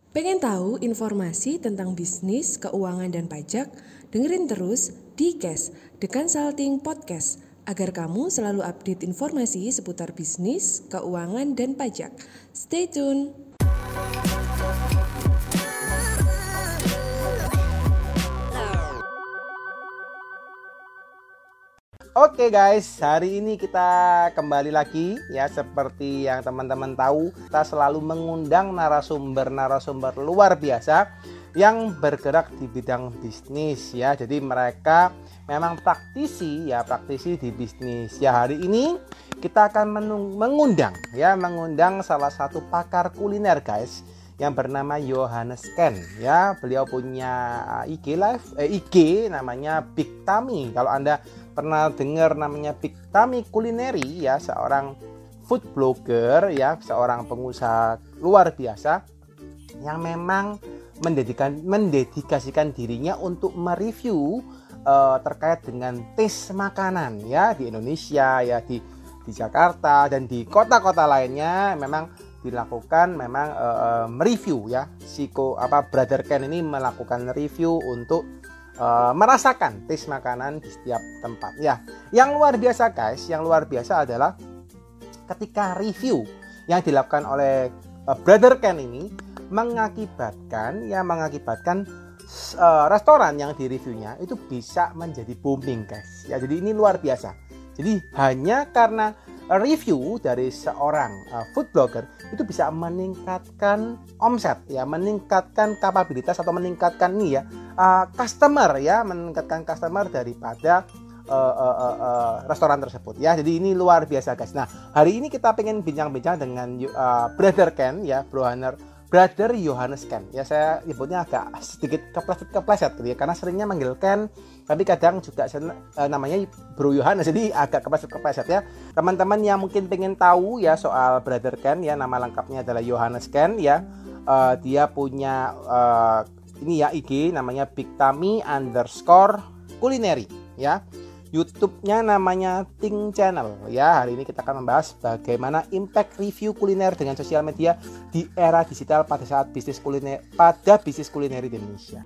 Pengen tahu informasi tentang bisnis, keuangan, dan pajak? Dengerin terus di Cash, The Consulting Podcast, agar kamu selalu update informasi seputar bisnis, keuangan, dan pajak. Stay tune! Oke guys, hari ini kita kembali lagi ya, seperti yang teman-teman tahu, kita selalu mengundang narasumber-narasumber luar biasa yang bergerak di bidang bisnis ya. Jadi mereka memang praktisi di bisnis. Ya, hari ini kita akan mengundang salah satu pakar kuliner guys, yang bernama Johannes Ken ya. Beliau punya IG namanya Big Tummy. Kalau Anda pernah dengar namanya Big Tummy Culinary ya, seorang food blogger ya, seorang pengusaha luar biasa yang memang mendedikasikan dirinya untuk mereview terkait dengan taste makanan ya di Indonesia ya, di Jakarta dan di kota-kota lainnya. Memang dilakukan mereview ya, Brother Ken ini melakukan review untuk merasakan taste makanan di setiap tempat ya. Yang luar biasa guys, yang luar biasa adalah ketika review yang dilakukan oleh Brother Ken ini mengakibatkan restoran yang direviewnya itu bisa menjadi booming guys ya. Jadi ini luar biasa. Jadi hanya karena review dari seorang food blogger itu bisa meningkatkan omset ya, meningkatkan kapabilitas atau meningkatkan meningkatkan customer daripada restoran tersebut ya. Jadi ini luar biasa guys. Nah, hari ini kita pengen bincang-bincang dengan Brother Ken ya, Brother Johannes Ken ya. Saya nyebutnya agak sedikit kepleset gitu ya, karena seringnya manggil Ken, tapi kadang juga namanya Bro Johannes, jadi agak kepleset ya. Teman-teman yang mungkin pengen tahu ya soal Brother Ken ya, nama lengkapnya adalah Johannes Ken ya. Dia punya IG namanya Big Tummy _culinary ya. YouTube-nya namanya Ting Channel ya. Hari ini kita akan membahas bagaimana impact review kuliner dengan sosial media di era digital pada bisnis kuliner di Indonesia.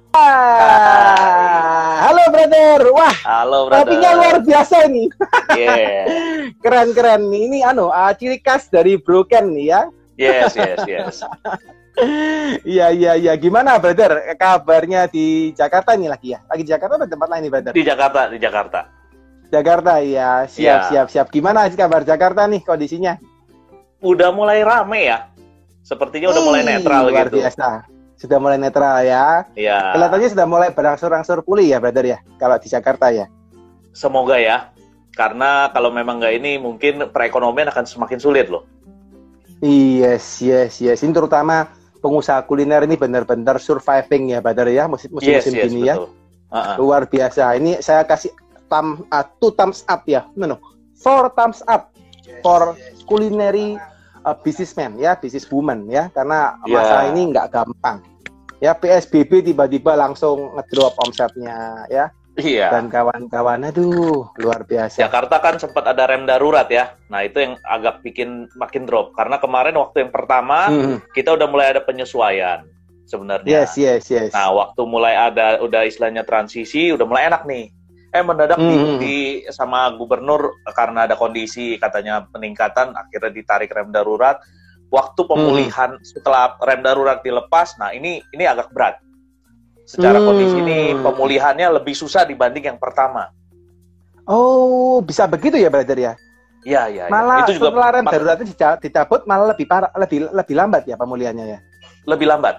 Halo brother. Wah, halo brother. Kopinya luar biasa ini. Yeah. Keren. Ini ciri khas dari Bro Ken nih ya. Yes. Iya. Gimana brother? Kabarnya di Jakarta nih lagi ya? Lagi di Jakarta atau tempat lain nih brother? Di Jakarta. Jakarta ya, siap. Gimana sih kabar Jakarta nih kondisinya? Udah mulai rame ya, sepertinya udah mulai netral luar gitu. Biasa, sudah mulai netral ya. Iya. Kelihatannya sudah mulai berangsur-angsur pulih ya, brother ya, kalau di Jakarta ya. Semoga ya, karena kalau memang nggak ini mungkin perekonomian akan semakin sulit loh. Yes. Ini terutama pengusaha kuliner ini benar-benar surviving ya, brother ya, musim gini ya. Luar biasa. Ini saya kasih 2 thumbs up ya, 4 thumbs up for culinary businessman ya, business woman ya, karena masa ini nggak gampang ya. PSBB tiba-tiba langsung ngedrop omsetnya ya. Iya. Dan kawan-kawan, aduh luar biasa. Jakarta kan sempat ada rem darurat ya, nah itu yang agak bikin makin drop, karena kemarin waktu yang pertama kita udah mulai ada penyesuaian sebenarnya. Yes. Nah waktu mulai udah istilahnya transisi, udah mulai enak nih. Mendadak di sama gubernur karena ada kondisi katanya peningkatan, akhirnya ditarik rem darurat. Waktu pemulihan setelah rem darurat dilepas, nah ini agak berat. Secara kondisi ini pemulihannya lebih susah dibanding yang pertama. Oh, bisa begitu ya brother ya? Iya. Malah itu juga setelah rem darurat itu dicabut malah lebih lambat ya pemulihannya ya? Lebih lambat.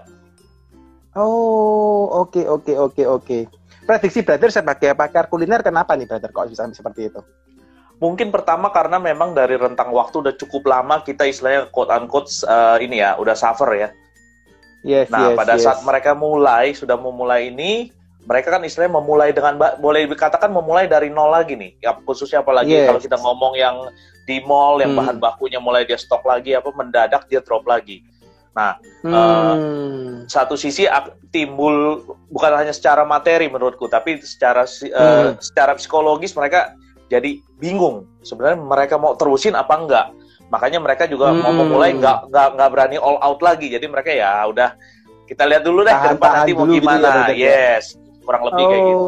Oh, oke. Prediksi brother sebagai pakar kuliner, kenapa nih brother kok bisa seperti itu? Mungkin pertama karena memang dari rentang waktu udah cukup lama kita istilahnya quote unquote udah suffer ya. Yes. Pada saat mereka sudah memulai ini, mereka kan istilahnya memulai dengan boleh dikatakan memulai dari nol lagi nih. Ya khususnya apalagi kalau kita ngomong yang di mall yang bahan bakunya mulai dia stok lagi, mendadak dia drop lagi. Nah, satu sisi timbul bukan hanya secara materi menurutku, tapi secara psikologis mereka jadi bingung. Sebenarnya mereka mau terusin apa enggak? Makanya mereka juga mau memulai nggak berani all out lagi. Jadi mereka ya udah Kita lihat dulu deh ke depan nanti mau gimana. Gitu ya, yes, kurang lebih kayak gitu.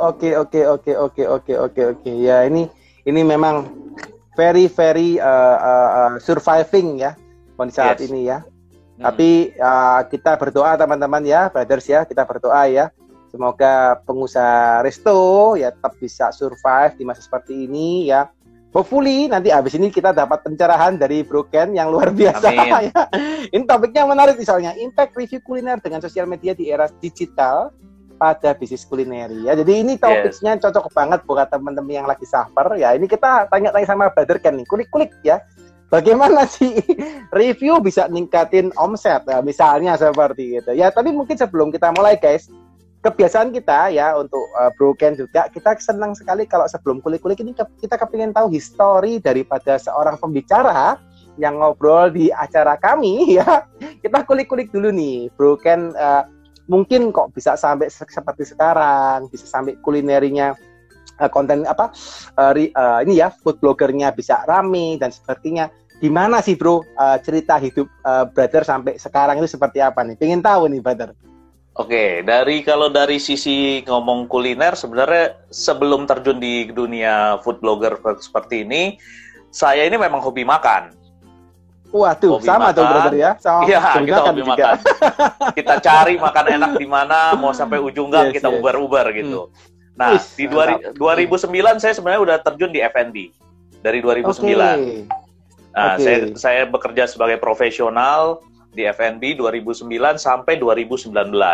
Oke. Ya ini memang very surviving ya kondisi saat ini ya. Tapi kita berdoa teman-teman ya, brothers ya, kita berdoa ya. Semoga pengusaha resto ya tetap bisa survive di masa seperti ini ya. Hopefully nanti habis ini kita dapat pencerahan dari Bro Ken yang luar biasa ya. Ini topiknya menarik misalnya, impact review kuliner dengan sosial media di era digital pada bisnis kulineri ya. Jadi ini topiknya cocok banget buat teman-teman yang lagi suffer ya. Ini kita tanya-tanya sama Brother Ken nih, kulik-kulik ya. Bagaimana sih review bisa ningkatin omset ya, misalnya seperti itu. Ya, tapi mungkin sebelum kita mulai guys, kebiasaan kita ya untuk Bro Ken juga, kita senang sekali kalau sebelum kulik-kulik ini kita kepingin tahu histori daripada seorang pembicara yang ngobrol di acara kami ya. Kita kulik-kulik dulu nih, Bro Ken mungkin kok bisa sampai seperti sekarang, bisa sampai kulinerinya konten ini ya, food bloggernya bisa rame dan sepertinya. Gimana sih Bro cerita hidup Brother sampai sekarang itu seperti apa nih? Pengen tahu nih Brother. Oke, kalau dari sisi ngomong kuliner, sebenarnya sebelum terjun di dunia food blogger seperti ini, saya ini memang hobi makan. Waduh, hobi sama makan. Tuh brother ya. Iya, kita hobi makan. Kita cari makan enak di mana, mau sampai ujung gang kita uber-uber gitu. Nah, di 2009 saya sebenarnya udah terjun di F&B dari 2009. Nah, saya bekerja sebagai profesional di F&B 2009 sampai 2019.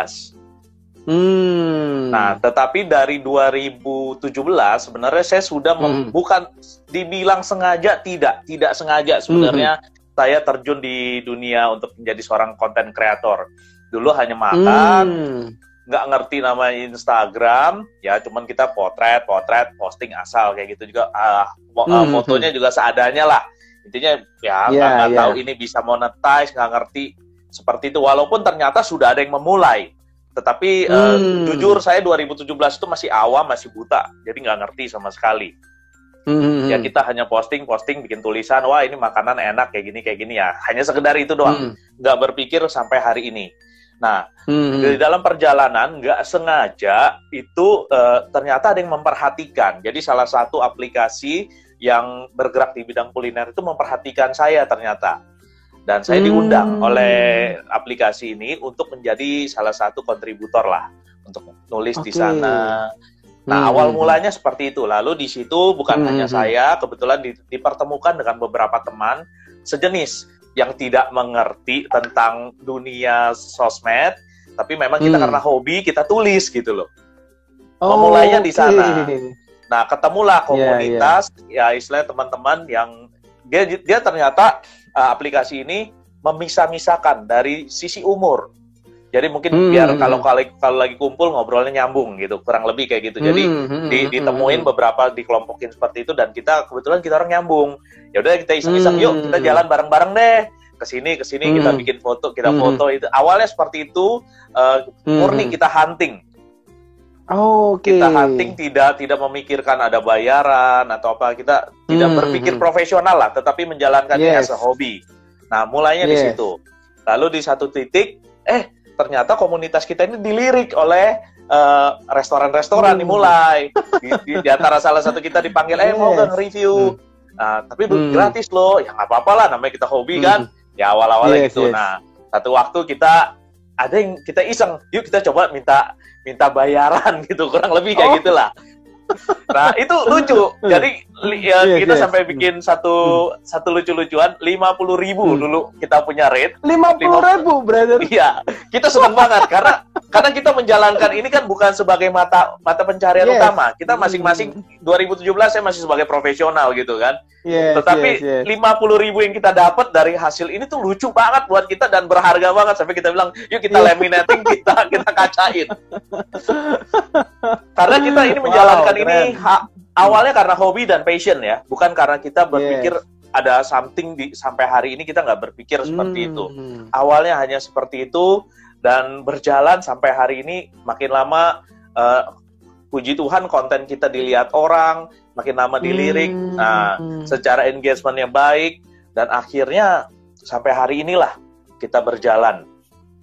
Nah, tetapi dari 2017 sebenarnya saya sudah bukan dibilang sengaja, tidak sengaja sebenarnya saya terjun di dunia untuk menjadi seorang content creator. Dulu hanya makan, nggak ngerti nama Instagram, ya cuman kita potret, posting asal kayak gitu juga, fotonya juga seadanya lah. Intinya ya nggak tahu ini bisa monetize, nggak ngerti seperti itu. Walaupun ternyata sudah ada yang memulai, tetapi jujur saya 2017 itu masih awam, masih buta, jadi nggak ngerti sama sekali. Ya kita hanya posting, bikin tulisan, wah ini makanan enak kayak gini ya. Hanya sekedar itu doang, nggak berpikir sampai hari ini. Nah, di dalam perjalanan nggak sengaja itu ternyata ada yang memperhatikan. Jadi salah satu aplikasi yang bergerak di bidang kuliner itu memperhatikan saya ternyata. Dan saya diundang oleh aplikasi ini untuk menjadi salah satu kontributor lah, untuk nulis di sana. Nah, awal mulanya seperti itu. Lalu di situ bukan hanya saya, kebetulan dipertemukan dengan beberapa teman sejenis yang tidak mengerti tentang dunia sosmed, tapi memang kita karena hobi, kita tulis gitu loh. Memulainya di sana. Nah, ketemulah komunitas, ya istilahnya teman-teman yang dia ternyata aplikasi ini memisah-misahkan dari sisi umur. Jadi mungkin biar kalau lagi kumpul ngobrolnya nyambung gitu, kurang lebih kayak gitu. Jadi ditemuin beberapa, dikelompokin seperti itu, dan kebetulan kita orang nyambung. Ya udah kita iseng-iseng, yuk kita jalan bareng-bareng deh. Kesini kita bikin foto, kita foto itu. Awalnya seperti itu, murni kita hunting. Kita hunting, tidak memikirkan ada bayaran atau apa, kita tidak berpikir profesional lah, tetapi menjalankannya as a hobi. Nah, mulainya di situ. Lalu di satu titik, ternyata komunitas kita ini dilirik oleh restoran-restoran dimulai. Di antara salah satu kita dipanggil, mau nggak nge-review? Nah, tapi gratis loh, ya nggak apa-apa lah, namanya kita hobi kan. Ya awal-awalnya gitu. Nah, satu waktu kita ada yang kita iseng, yuk kita coba minta bayaran gitu, kurang lebih kayak gitulah. Nah, itu lucu. Jadi kita sampai bikin satu lucu-lucuan, 50.000 dulu kita punya rate. 50.000, brother. Iya, kita senang banget karena kita menjalankan ini kan bukan sebagai mata pencarian utama. Kita masing-masing 2017 saya masih sebagai profesional gitu kan. Tetapi 50.000 yang kita dapat dari hasil ini tuh lucu banget buat kita dan berharga banget, sampai kita bilang, yuk kita laminating, kita kacain. Karena kita ini menjalankan ini awalnya karena hobi dan passion ya, bukan karena kita berpikir ada something sampai hari ini kita nggak berpikir seperti itu. Awalnya hanya seperti itu, dan berjalan sampai hari ini. Makin lama puji Tuhan konten kita dilihat orang, makin lama dilirik, nah secara engagementnya baik, dan akhirnya sampai hari inilah kita berjalan.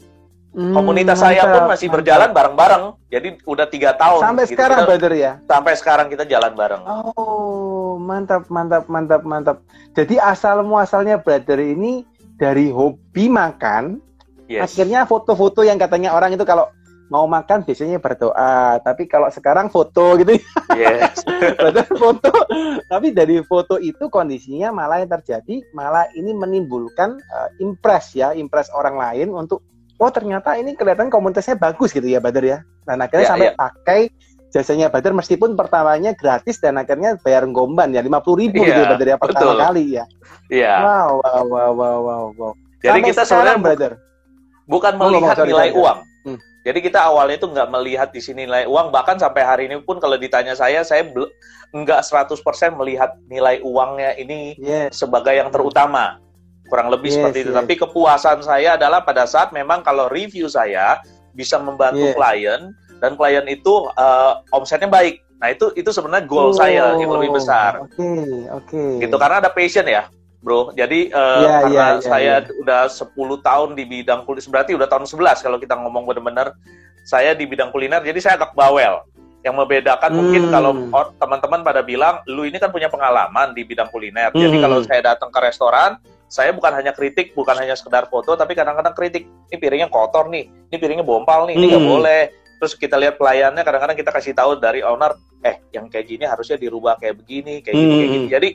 Komunitas saya pun masih berjalan bareng-bareng. Jadi udah 3 tahun. Sampai gitu. Sekarang, brother ya? Sampai sekarang kita jalan bareng. Oh, mantap. Jadi asal-muasalnya brother ini dari hobi makan. Yes. Akhirnya foto-foto yang katanya orang itu kalau mau makan biasanya berdoa. Tapi kalau sekarang foto gitu. Yes. Brother foto. Tapi dari foto itu kondisinya malah yang terjadi, malah ini menimbulkan impress orang lain untuk oh ternyata ini kelihatan komunitasnya bagus gitu ya Badar ya. Dan akhirnya sampai pakai jasanya Badar meskipun pertamanya gratis dan akhirnya bayar gomban ya 50.000 gitu ya Badar ya pertama kali ya. Iya. Wow. Jadi sampai kita sebenarnya Badar bukan melihat nilai uang. Jadi kita awalnya itu nggak melihat di sini nilai uang, bahkan sampai hari ini pun kalau ditanya saya nggak 100% melihat nilai uangnya ini sebagai yang terutama. Kurang lebih seperti itu. Tapi kepuasan saya adalah pada saat memang kalau review saya bisa membantu klien dan klien itu omsetnya baik. Nah itu sebenarnya goal saya yang lebih besar. Oke. Gitu karena ada passion ya, bro. Jadi karena saya udah 10 tahun di bidang kuliner, berarti udah tahun 11 kalau kita ngomong benar-benar saya di bidang kuliner. Jadi saya agak bawel. Yang membedakan mungkin kalau teman-teman pada bilang, lu ini kan punya pengalaman di bidang kuliner. Jadi kalau saya datang ke restoran, saya bukan hanya kritik, bukan hanya sekedar foto, tapi kadang-kadang kritik. Ini piringnya kotor nih, ini piringnya bompal nih, ini nggak boleh. Terus kita lihat pelayannya, kadang-kadang kita kasih tahu dari owner, yang kayak gini harusnya dirubah kayak begini, kayak gini, kayak gini. Jadi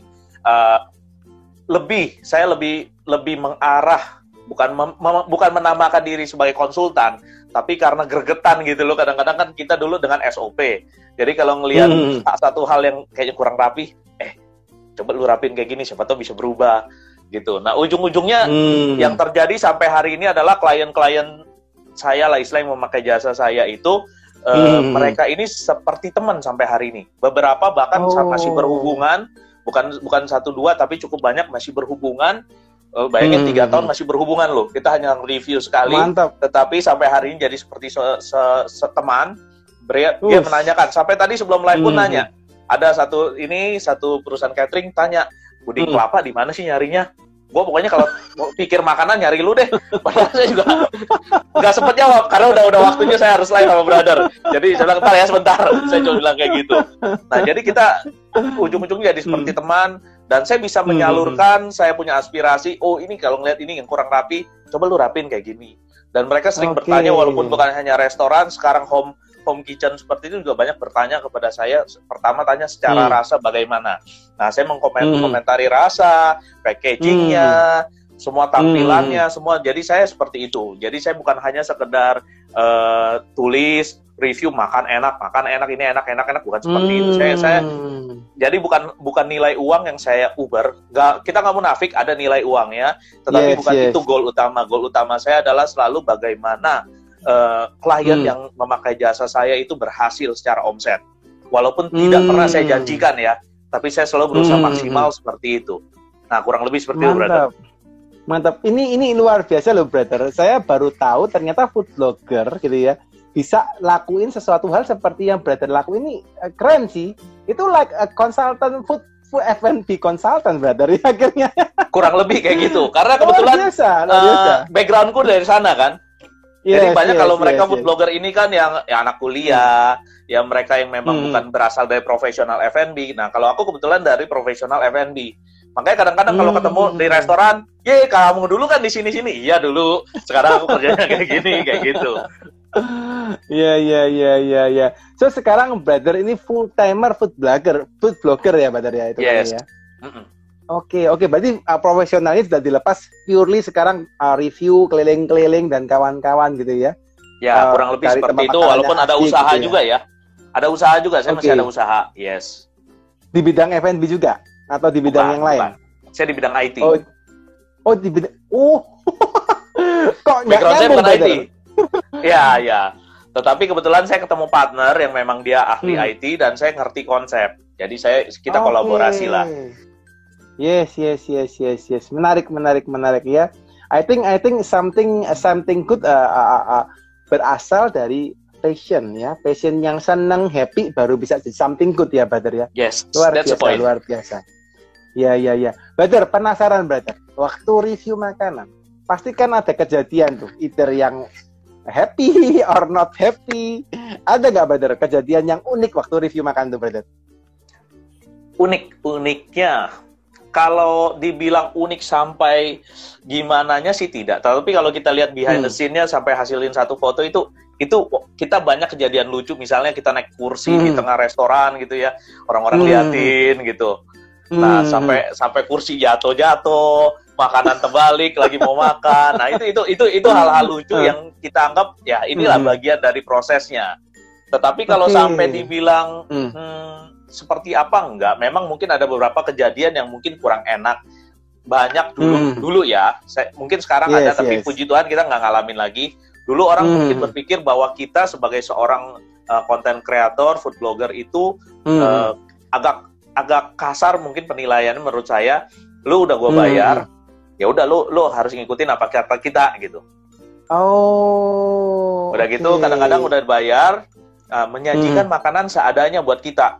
saya lebih mengarah, bukan menambahkan diri sebagai konsultan, tapi karena gregetan gitu loh. Kadang-kadang kan kita dulu dengan SOP. Jadi kalau ngelihat satu hal yang kayaknya kurang rapi, coba lu rapin kayak gini, siapa tahu bisa berubah. Gitu. Nah, ujung-ujungnya yang terjadi sampai hari ini adalah klien-klien saya lah istilah yang memakai jasa saya itu mereka ini seperti teman sampai hari ini. Beberapa bahkan masih berhubungan, bukan 1-2 tapi cukup banyak masih berhubungan. Bayangin 3 tahun masih berhubungan loh. Kita hanya review sekali. Mantap. Tetapi sampai hari ini jadi seperti seteman. Dia menanyakan sampai tadi sebelum live pun nanya. Ada satu perusahaan catering tanya, puding kelapa di mana sih nyarinya? Gue pokoknya kalau mau pikir makanan nyari lu deh. Padahal saya juga nggak sempet jawab karena udah waktunya saya harus live sama brother. Jadi saya bilang ntar ya sebentar. Saya cuma bilang kayak gitu. Nah jadi kita ujung-ujungnya jadi seperti teman dan saya bisa menyalurkan. Saya punya aspirasi. Oh ini kalau ngeliat ini yang kurang rapi, coba lu rapin kayak gini. Dan mereka sering bertanya walaupun bukan hanya restoran, sekarang home kitchen seperti itu juga banyak bertanya kepada saya. Pertama tanya secara rasa bagaimana. Nah, saya mengkomentari rasa, packagingnya, semua tampilannya, semua. Jadi saya seperti itu. Jadi saya bukan hanya sekedar tulis review makan enak ini enak, bukan seperti itu. Saya jadi bukan nilai uang yang saya uber. Kita nggak munafik ada nilai uangnya, tetapi bukan itu goal utama. Goal utama saya adalah selalu bagaimana klien yang memakai jasa saya itu berhasil secara omset. Walaupun tidak pernah saya janjikan ya, tapi saya selalu berusaha maksimal seperti itu. Nah, kurang lebih seperti itu, brother. Mantap. Ini luar biasa loh, brother. Saya baru tahu ternyata food blogger gitu ya bisa lakuin sesuatu hal seperti yang brother lakuin. Ini keren sih. Itu like a consultant food F&B consultant, brother. Akhirnya kurang lebih kayak gitu. Karena kebetulan backgroundku dari sana kan. Jadi banyak kalau mereka food blogger ini kan yang anak kuliah, yang mereka yang memang bukan berasal dari profesional F&B. Nah, kalau aku kebetulan dari profesional F&B. Makanya kadang-kadang kalau ketemu di restoran, kamu dulu kan di sini-sini. Iya dulu. Sekarang aku kerjanya kayak gini, kayak gitu. Iya. So sekarang brother ini full timer food blogger ya, brother ya itu kan ya. Oke, berarti profesionalnya sudah dilepas purely sekarang review keliling-keliling dan kawan-kawan gitu ya? Ya, kurang lebih seperti itu, walaupun ada usaha gitu juga ya. Ada usaha juga, saya masih ada usaha, yes. Di bidang F&B juga? Atau di bidang yang lain? Saya di bidang IT. Di bidang, kok nggak background saya bukan IT? Ya. Tetapi kebetulan saya ketemu partner yang memang dia ahli IT dan saya ngerti konsep. Jadi kita kolaborasi lah. Yes. Menarik ya. I think something good berasal dari passion ya. Passion yang senang, happy baru bisa jadi something good ya, brother ya. Yes. Luar biasa. Ya. Brother, penasaran brother. Waktu review makanan, pasti kan ada kejadian tuh, either yang happy or not happy? Ada nggak, brother, kejadian yang unik waktu review makan tuh, brother? Uniknya, kalau dibilang unik sampai gimananya sih tidak. Tapi kalau kita lihat behind the scene-nya sampai hasilin satu foto itu kita banyak kejadian lucu. Misalnya kita naik kursi di tengah restoran gitu ya, orang-orang liatin gitu. Nah, sampai kursi jatuh, makanan terbalik lagi mau makan. Nah, itu hal-hal lucu yang kita anggap ya inilah bagian dari prosesnya. Tetapi kalau sampai dibilang seperti apa, enggak. Memang mungkin ada beberapa kejadian yang mungkin kurang enak. Banyak dulu ya. Mungkin sekarang ada, tapi puji Tuhan kita nggak ngalamin lagi. Dulu orang mungkin berpikir bahwa kita sebagai seorang content creator, food blogger itu agak kasar mungkin penilaiannya menurut saya. Lu udah gua bayar, ya udah lu harus ngikutin apa kata kita gitu. Udah gitu kadang-kadang udah bayar, menyajikan makanan seadanya buat kita.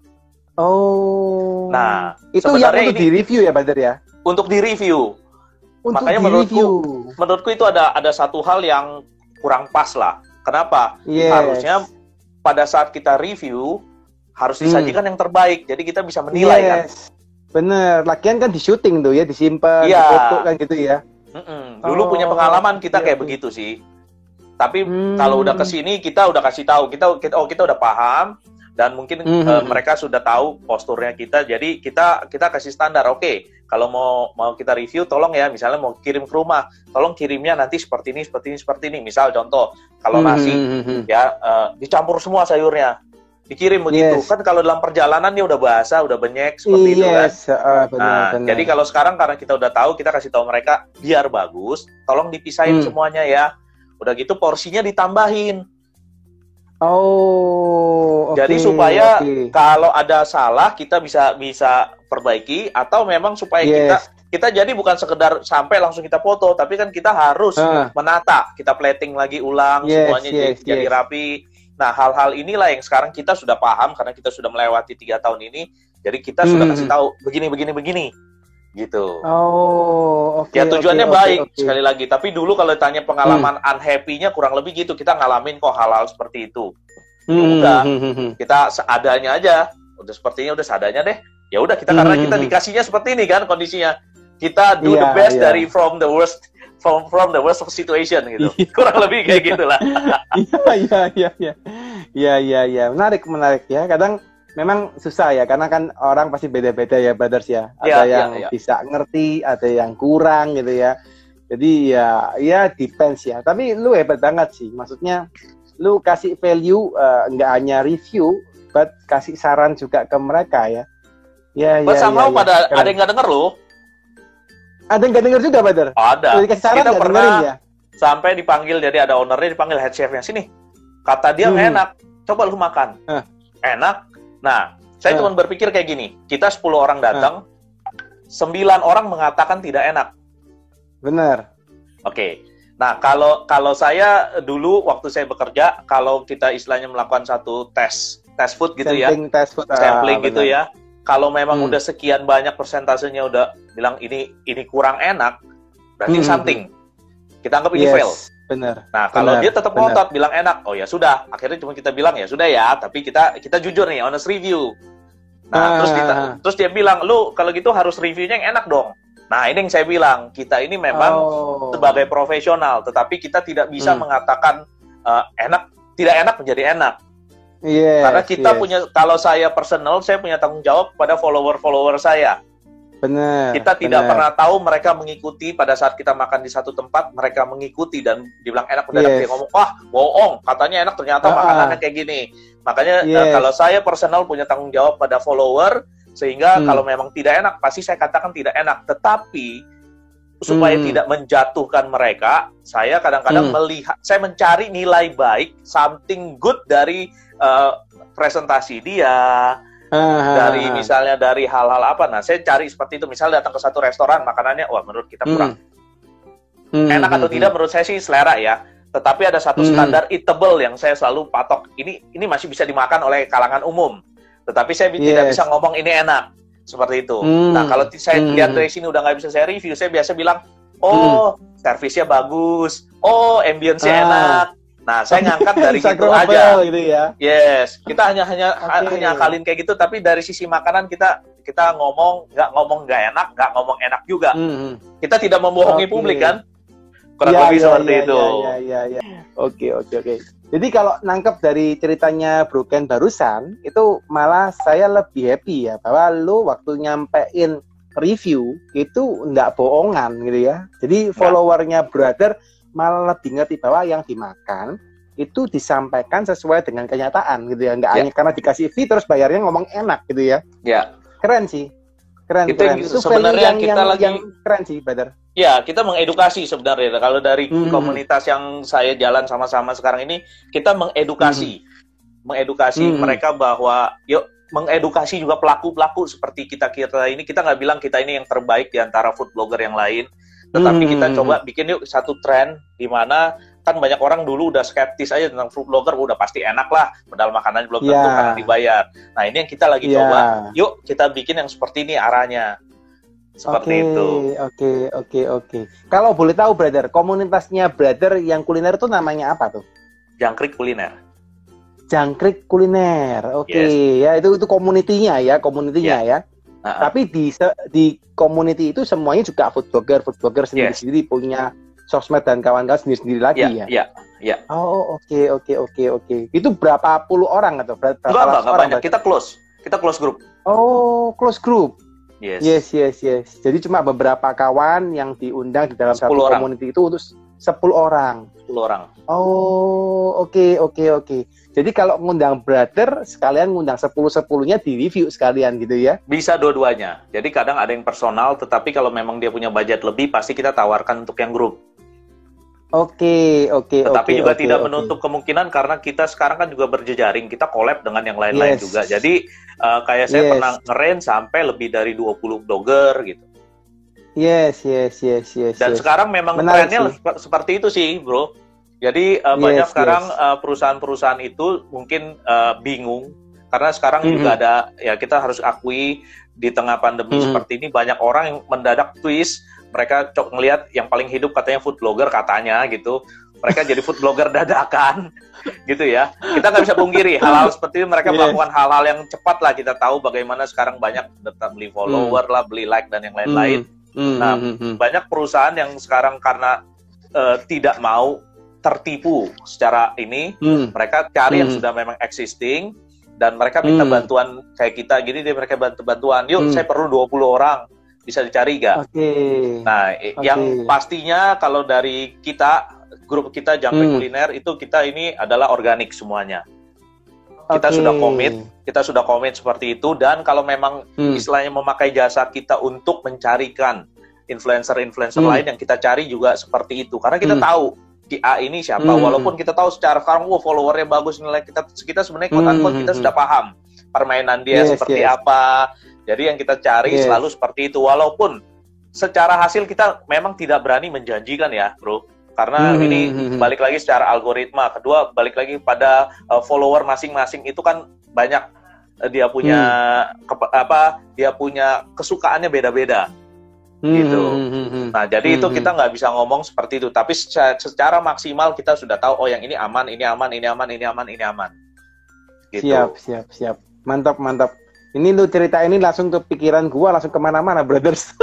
Nah, itu yang untuk di-review ya, brother ya? Untuk di-review. Makanya menurutku itu ada satu hal yang kurang pas lah. Kenapa? Harusnya pada saat kita review harus disajikan yang terbaik. Jadi kita bisa menilai kan. Bener. Lagian kan di syuting tuh ya, disimpan, difoto kan gitu ya. Dulu punya pengalaman kita kayak begitu sih. Tapi kalau udah kesini kita udah kasih tahu, kita udah paham. Dan mungkin mereka sudah tahu posturnya kita, jadi kita kasih standar. Oke, kalau mau kita review, tolong ya, misalnya mau kirim ke rumah, tolong kirimnya nanti seperti ini. Misal contoh, kalau nasi ya dicampur semua sayurnya, dikirim begitu. Kan kalau dalam perjalanan dia udah basah, udah benyek seperti itu kan. Benar. Jadi kalau sekarang karena kita udah tahu, kita kasih tahu mereka biar bagus, tolong dipisahin semuanya ya. Udah gitu porsinya ditambahin. Jadi supaya kalau ada salah kita bisa perbaiki, atau memang supaya kita jadi bukan sekedar sampai langsung kita foto, tapi kan kita harus menata, kita plating lagi ulang semuanya jadi rapi. Nah, hal-hal inilah yang sekarang kita sudah paham karena kita sudah melewati 3 tahun ini. Jadi kita sudah kasih tahu begini gitu. Ya tujuannya baik sekali lagi. Tapi dulu kalau ditanya pengalaman unhappy-nya kurang lebih gitu. Kita ngalamin kok hal-hal seperti itu. Udah, kita seadanya aja. Udah sepertinya udah seadanya deh. Ya udah kita karena kita dikasihnya seperti ini kan kondisinya. Kita do the best dari from the worst situation gitu. Kurang lebih kayak gitulah. Iya. Menarik ya. Kadang memang susah ya, karena kan orang pasti beda-beda ya, brothers ya. Ada yang bisa ngerti, ada yang kurang gitu ya. Jadi ya depends ya. Tapi lu hebat banget sih. Maksudnya lu kasih value, nggak hanya review, but kasih saran juga ke mereka ya. Sama pada ada yang nggak denger lu. Ada yang nggak denger juga, brother? Ada. Dikasih saran kita pernah ya? Sampai dipanggil, jadi ada ownernya, dipanggil head chefnya, sini. Kata dia enak, coba lu makan. Enak. Nah, saya cuma berpikir kayak gini, kita 10 orang datang, 9 orang mengatakan tidak enak. Benar. Oke. Nah, kalau saya dulu waktu saya bekerja, kalau kita istilahnya melakukan satu tes food gitu sampling gitu ya. Kalau memang udah sekian banyak persentasenya udah bilang ini kurang enak, berarti something. Kita anggap ini fail. Benar. Nah, kalau dia tetap ngotot bilang enak, oh ya sudah. Akhirnya cuma kita bilang ya sudah ya, tapi kita jujur nih, honest review. Nah, terus dia bilang, "Lu kalau gitu harus reviewnya yang enak dong." Nah, ini yang saya bilang, kita ini memang sebagai profesional, tetapi kita tidak bisa mengatakan tidak enak menjadi enak. Karena kita punya, kalau saya personal, saya punya tanggung jawab pada follower saya. Benar. Kita tidak pernah tahu mereka mengikuti pada saat kita makan di satu tempat, mereka mengikuti dan dibilang enak, udah dia ngomong, wah bohong, katanya enak ternyata makanannya kayak gini. Makanya kalau saya personal punya tanggung jawab pada follower, sehingga kalau memang tidak enak, pasti saya katakan tidak enak. Tetapi supaya tidak menjatuhkan mereka, saya kadang-kadang saya mencari nilai baik, something good dari presentasi dia, dari misalnya dari hal-hal apa. Nah, saya cari seperti itu. Misalnya datang ke satu restoran, makanannya wah menurut kita kurang enak atau tidak, menurut saya sih selera ya. Tetapi ada satu standar eatable yang saya selalu patok. Ini masih bisa dimakan oleh kalangan umum. Tetapi saya tidak bisa ngomong ini enak seperti itu. Nah, kalau saya lihat dari sini udah nggak bisa saya review, saya biasa bilang oh servisnya bagus, oh ambience-nya enak. Nah, saya ngangkat dari gitu aja. Gitu ya. Yes, kita hanya akalin kayak gitu, tapi dari sisi makanan kita nggak ngomong nggak enak, nggak ngomong enak juga. Kita tidak membohongi publik kan? Kurang lebih seperti itu. Iya. Oke. Jadi kalau nangkep dari ceritanya Bro Ken barusan, itu malah saya lebih happy ya, bahwa lu waktu nyampein review itu nggak bohongan gitu ya. Jadi followernya brother malah lebih ngerti bahwa yang dimakan itu disampaikan sesuai dengan kenyataan gitu ya. Nggak hanya karena dikasih fee terus bayarnya ngomong enak gitu ya. Ya. Keren sih. Keren. Itu sebenarnya yang keren sih, brother. Ya, kita mengedukasi sebenarnya. Kalau dari komunitas yang saya jalan sama-sama sekarang ini, kita mengedukasi. Mengedukasi mereka bahwa, yuk, mengedukasi juga pelaku-pelaku seperti kita ini. Kita nggak bilang kita ini yang terbaik di antara food blogger yang lain. Tetapi kita coba bikin yuk satu tren, di mana kan banyak orang dulu udah skeptis aja tentang food blogger, udah pasti enak lah, padahal makanan belum tentu karena dibayar. Nah, ini yang kita lagi coba. Yuk, kita bikin yang seperti ini arahnya. Seperti itu. Oke. Kalau boleh tahu, brother, komunitasnya brother yang kuliner itu namanya apa tuh? Jangkrik Kuliner. Jangkrik Kuliner. Oke. Ya, itu komunitinya ya. Tapi di community itu semuanya juga food blogger sendiri-sendiri punya sosmed dan kawan-kawan sendiri-sendiri lagi ya. Iya. Oh, oke. Itu berapa puluh orang atau berapa orang? Banyak. Kita close group. Oh, close group. Yes. Jadi cuma beberapa kawan yang diundang di dalam satu community itu untuk 10 orang. 10 orang. Oh, oke. Jadi kalau ngundang brother, sekalian ngundang 10-10-nya di review sekalian gitu ya? Bisa dua-duanya. Jadi kadang ada yang personal, tetapi kalau memang dia punya budget lebih, pasti kita tawarkan untuk yang grup. Oke. Tetapi juga tidak menutup kemungkinan, karena kita sekarang kan juga berjejaring, kita collab dengan yang lain-lain juga. Jadi kayak saya pernah nge-range sampai lebih dari 20 blogger gitu. Yes. Dan sekarang memang trennya seperti itu sih, bro. Jadi banyak sekarang perusahaan-perusahaan itu mungkin bingung, karena sekarang juga ada, ya kita harus akui di tengah pandemi seperti ini banyak orang yang mendadak twist. Mereka ngelihat yang paling hidup katanya food blogger katanya gitu. Mereka jadi food blogger dadakan gitu ya. Kita nggak bisa pungkiri hal-hal seperti itu. Mereka melakukan hal-hal yang cepat lah. Kita tahu bagaimana sekarang banyak beli follower lah, beli like dan yang lain-lain. Nah, banyak perusahaan yang sekarang karena tidak mau tertipu secara ini, mereka cari yang sudah memang existing dan mereka minta bantuan kayak kita gini, mereka bantuan. Yuk, saya perlu 20 orang. Bisa dicari gak? Nah, yang pastinya kalau dari kita, grup kita Jangkrik Kuliner, itu kita ini adalah organik semuanya. Kita sudah komit seperti itu, dan kalau memang istilahnya memakai jasa kita untuk mencarikan influencer-influencer lain yang kita cari juga seperti itu. Karena kita tahu si A ini siapa, walaupun kita tahu secara sekarang followernya bagus, nilai kita sebenarnya quote-unquote kita sudah paham permainan dia seperti apa. Jadi yang kita cari selalu seperti itu, walaupun secara hasil kita memang tidak berani menjanjikan ya, bro. Karena ini balik lagi secara algoritma. Kedua, balik lagi pada follower masing-masing itu kan banyak dia punya dia punya kesukaannya beda-beda. Gitu. Nah, jadi itu kita nggak bisa ngomong seperti itu. Tapi secara maksimal kita sudah tahu, oh yang ini aman, ini aman, ini aman, ini aman, ini aman. Gitu. Siap. Mantap. Ini lu cerita ini langsung ke pikiran gua, langsung kemana-mana, brothers.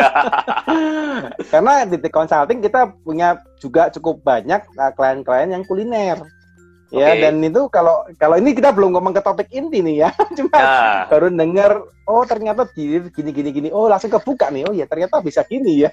Karena di Consulting kita punya juga cukup banyak klien-klien yang kuliner. Ya, dan itu kalau ini kita belum ngomong ke topik inti nih ya. Cuma baru dengar, oh ternyata gini. Oh, langsung kebuka nih. Oh ya, ternyata bisa gini ya.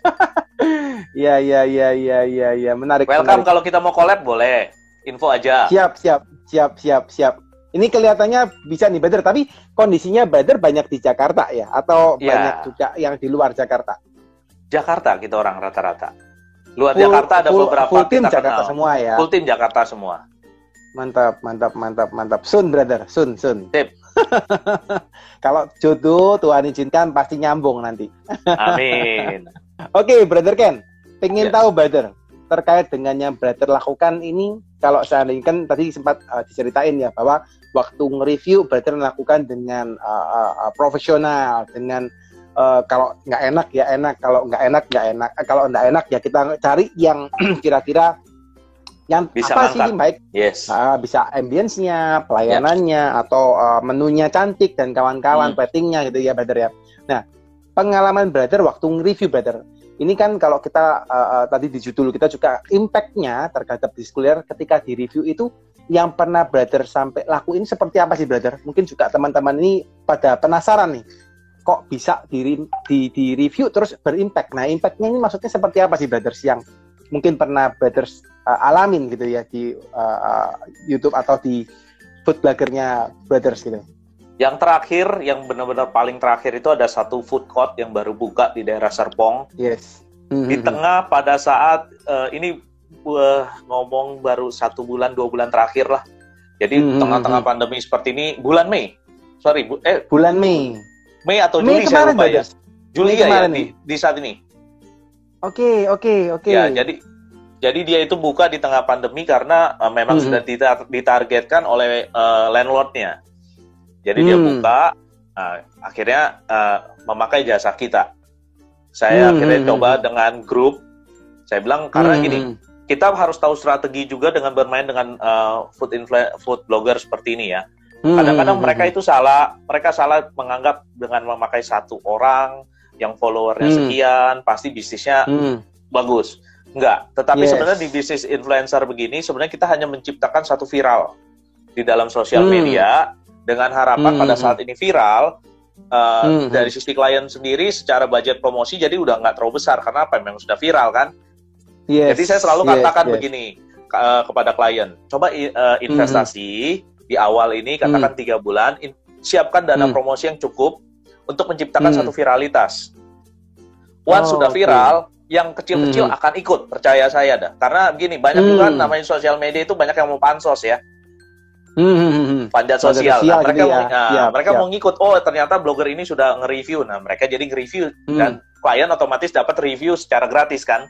Ya, menarik. Welcome, kalau kita mau collab boleh. Info aja. Siap. Ini kelihatannya bisa nih, Badr, tapi kondisinya Badr banyak di Jakarta ya? Atau banyak juga yang di luar Jakarta? Jakarta kita orang rata-rata. Luar Jakarta ada beberapa full tim kita Jakarta kenal. Semua ya? Full tim Jakarta semua. Mantap. Sun, brother. Sun. Sip. Kalau jodoh Tuhan izinkan pasti nyambung nanti. Amin. Oke, Brother Ken. Pengen tahu, Brother, terkait dengan yang Brother lakukan ini, kalau seandainya kan tadi sempat diceritain ya, bahwa waktu nge-review Brother melakukan dengan profesional, dengan kalau nggak enak ya enak, kalau nggak enak nggak enak, kalau nggak enak ya kita cari yang kira-kira yang bisa apa sih ngangkat. baik, Yes. bisa ambience-nya, pelayanannya, atau menunya cantik dan kawan-kawan, platingnya gitu ya, brother ya. Nah, pengalaman brother waktu nge-review brother, ini kan kalau kita tadi di judul kita juga impact-nya terhadap diskuler ketika di review itu yang pernah brother sampai lakuin seperti apa sih brother? Mungkin juga teman-teman ini pada penasaran nih, kok bisa di review terus berimpact. Nah, impact-nya ini maksudnya seperti apa sih brothers yang mungkin pernah brothers alamin gitu ya di YouTube atau di food blogger-nya brothers gitu. Yang terakhir, yang benar-benar paling terakhir itu ada satu food court yang baru buka di daerah Serpong. Yes. Di tengah pada saat ini ngomong baru 1 bulan 2 bulan terakhir lah. Jadi tengah-tengah pandemi seperti ini, bulan Mei. Bulan Mei. Mei atau Mei Juli saya lupa ya. Juli ya di saat ini. Oke. Ya, jadi dia itu buka di tengah pandemi karena memang sudah ditargetkan oleh landlordnya. Jadi dia buka, akhirnya memakai jasa kita. Saya akhirnya coba dengan grup. Saya bilang karena gini, kita harus tahu strategi juga dengan bermain dengan food blogger seperti ini ya. Kadang-kadang mereka itu salah, menganggap dengan memakai satu orang yang followernya sekian, pasti bisnisnya bagus. Enggak, tetapi sebenarnya di bisnis influencer begini, sebenarnya kita hanya menciptakan satu viral di dalam sosial media, dengan harapan pada saat ini viral, dari sisi klien sendiri secara budget promosi jadi udah nggak terlalu besar, karena apa? Memang sudah viral kan? Jadi saya selalu katakan begini kepada klien, coba investasi di awal ini, katakan 3 bulan, siapkan dana promosi yang cukup untuk menciptakan satu viralitas. Once sudah viral, yang kecil-kecil akan ikut, percaya saya dah. Karena begini, banyak juga namanya sosial media itu banyak yang mau pansos ya. Panjat sosial. Nah, mereka mau ngikut, oh ternyata blogger ini sudah nge-review. Nah, mereka jadi nge-review dan klien otomatis dapat review secara gratis kan.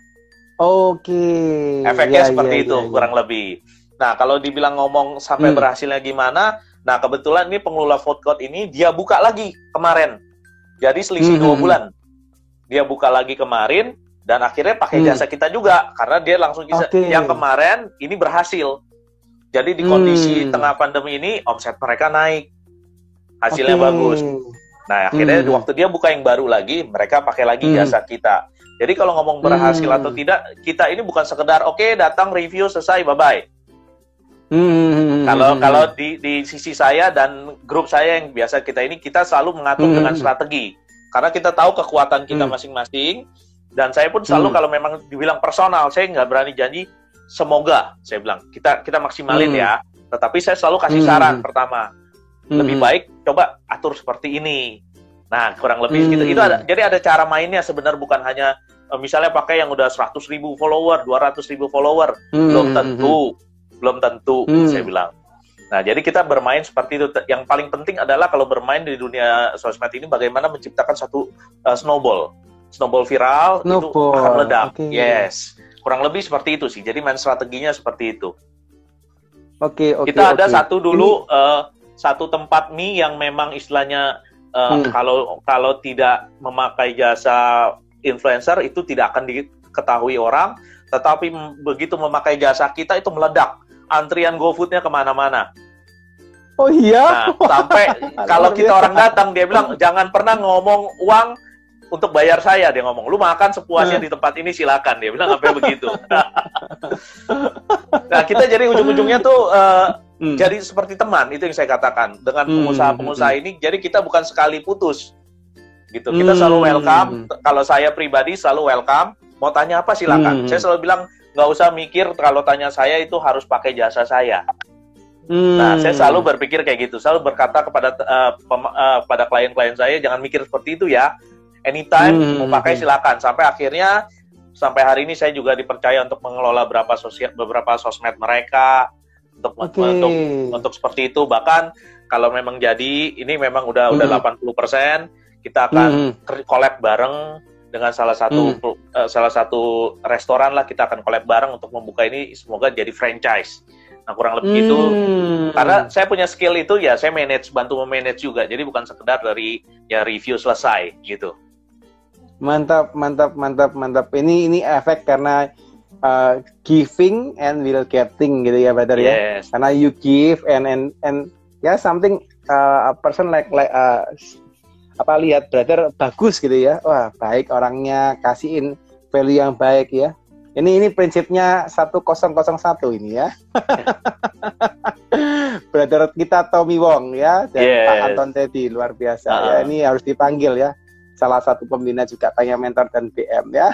Efeknya seperti itu kurang lebih. Nah, kalau dibilang ngomong sampai berhasilnya gimana, nah kebetulan ini pengelola food court ini dia buka lagi kemarin. Jadi selisih 2 bulan. Dia buka lagi kemarin dan akhirnya pakai jasa kita juga karena dia langsung yang kemarin ini berhasil. Jadi di kondisi tengah pandemi ini omset mereka naik. Hasilnya bagus. Nah, akhirnya waktu dia buka yang baru lagi, mereka pakai lagi jasa kita. Jadi kalau ngomong berhasil atau tidak, kita ini bukan sekedar datang review selesai bye-bye. Kalau di sisi saya dan grup saya yang biasa kita selalu mengatur dengan strategi. Karena kita tahu kekuatan kita masing-masing, dan saya pun selalu kalau memang dibilang personal, saya nggak berani janji. Semoga, saya bilang, kita maksimalin ya. Tetapi saya selalu kasih saran pertama, lebih baik coba atur seperti ini. Nah, kurang lebih gitu. Jadi ada cara mainnya sebenarnya, bukan hanya misalnya pakai yang udah 100.000 follower, 200.000 follower, belum tentu, saya bilang. Nah, jadi kita bermain seperti itu. Yang paling penting adalah kalau bermain di dunia sosmed ini bagaimana menciptakan satu snowball viral itu akan meledak. Yes. Kurang lebih seperti itu sih. Jadi main strateginya seperti itu. Kita ada satu tempat mie yang memang istilahnya kalau tidak memakai jasa influencer itu tidak akan diketahui orang. Tetapi begitu memakai jasa kita itu meledak. Antrian GoFood-nya kemana-mana. Oh iya? Nah, sampai kalau kita orang datang, dia bilang, jangan pernah ngomong uang untuk bayar saya, dia ngomong. Lu makan sepuasnya di tempat ini silakan, dia bilang sampai begitu. Nah, kita jadi ujung-ujungnya tuh jadi seperti teman, itu yang saya katakan. Dengan pengusaha-pengusaha ini, jadi kita bukan sekali putus. Gitu. Kita selalu welcome. Kalau saya pribadi selalu welcome. Mau tanya apa silakan. Saya selalu bilang, nggak usah mikir kalau tanya saya itu harus pakai jasa saya. Nah, saya selalu berpikir kayak gitu. Selalu berkata kepada klien-klien saya, jangan mikir seperti itu ya. Anytime mau pakai silakan. Sampai hari ini saya juga dipercaya untuk mengelola beberapa sosmed mereka untuk seperti itu. Bahkan kalau memang jadi ini memang udah 80%, kita akan collab bareng dengan salah satu restoran lah, kita akan collab bareng untuk membuka ini, semoga jadi franchise. Nah, kurang lebih gitu. Karena saya punya skill itu ya, saya bantu memanage juga. Jadi bukan sekedar dari ya review selesai gitu. Mantap, mantap, mantap, mantap. Ini efek karena giving and will getting gitu ya, brother ya. Karena you give and ya something a person like lihat brother bagus gitu ya. Wah, baik orangnya, kasihin value yang baik ya. Ini prinsipnya 1001 ini ya. Brother kita Tommy Wong ya dan Pak Anton Teddy luar biasa ya. Ini harus dipanggil ya. Salah satu pembina juga tanya mentor dan BM ya.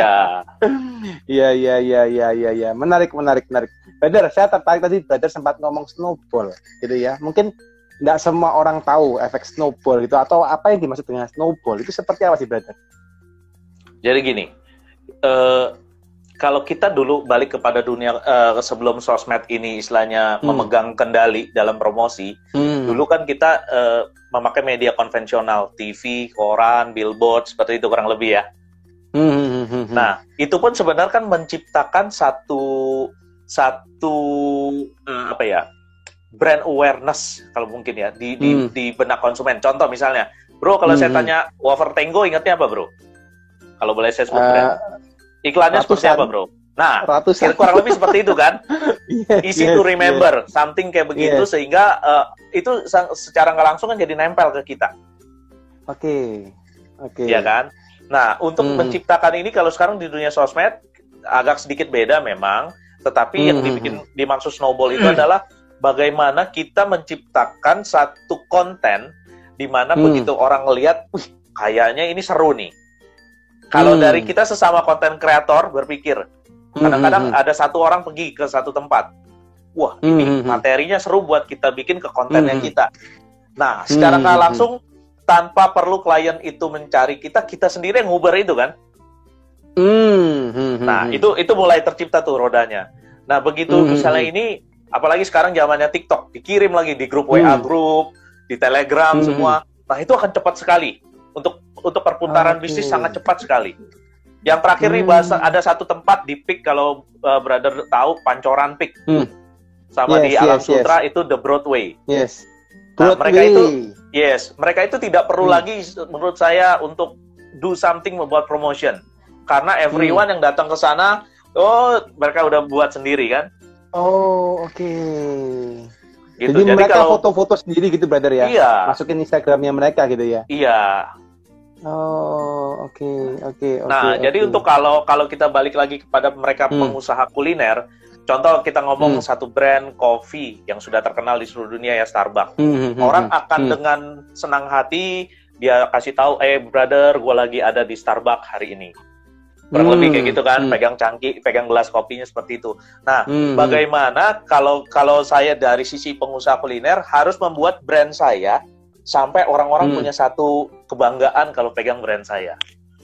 Ya. Menarik. Brother, saya tertarik tadi brother sempat ngomong snowball gitu ya. Mungkin tidak semua orang tahu efek snowball gitu atau apa yang dimaksud dengan snowball itu seperti apa sih brother? Jadi gini, kalau kita dulu balik kepada dunia sebelum sosmed ini istilahnya memegang kendali dalam promosi, dulu kan kita memakai media konvensional, TV, koran, billboard, seperti itu kurang lebih ya. Nah, itu pun sebenarnya kan menciptakan satu brand awareness kalau mungkin ya di benak konsumen. Contoh misalnya, bro, kalau saya tanya wafer Tango ingatnya apa bro? Kalau boleh saya sebut brand. Iklannya seperti apa, bro? Nah, kurang lebih seperti itu kan? Easy to remember, something kayak begitu sehingga itu secara nggak langsung kan jadi nempel ke kita. Oke. Iya kan? Nah, untuk menciptakan ini kalau sekarang di dunia sosmed agak sedikit beda memang, tetapi yang dimaksud snowball itu adalah bagaimana kita menciptakan satu konten di mana begitu orang ngelihat, wih, kayaknya ini seru nih. Kalau dari kita sesama konten kreator berpikir, kadang-kadang ada satu orang pergi ke satu tempat. Wah, ini materinya seru buat kita bikin ke kontennya kita. Nah, secara nggak langsung, tanpa perlu klien itu mencari kita, kita sendiri yang nguber itu kan. Nah, itu mulai tercipta tuh rodanya. Nah, begitu misalnya ini, apalagi sekarang zamannya TikTok, dikirim lagi di grup WA grup, di Telegram semua. Nah, itu akan cepat sekali. Untuk perputaran bisnis sangat cepat sekali. Yang terakhir nih ada satu tempat di PIK kalau brother tahu Pancoran PIK. Sama di Alam Sutra itu The Broadway. Nah, mereka itu tidak perlu lagi menurut saya untuk do something membuat promotion. Karena everyone yang datang ke sana, mereka udah buat sendiri kan. Gitu. Jadi mereka kalau foto-foto sendiri gitu brother ya? Iya. Masukin Instagramnya mereka gitu ya? Iya. Jadi untuk kalau kita balik lagi kepada mereka pengusaha kuliner, contoh kita ngomong satu brand kopi yang sudah terkenal di seluruh dunia ya, Starbucks. Orang akan dengan senang hati dia kasih tahu, brother, gue lagi ada di Starbucks hari ini. Kurang lebih kayak gitu kan, pegang cangkir, pegang gelas kopinya seperti itu. Nah, bagaimana kalau saya dari sisi pengusaha kuliner harus membuat brand saya sampai orang-orang punya satu kebanggaan kalau pegang brand saya.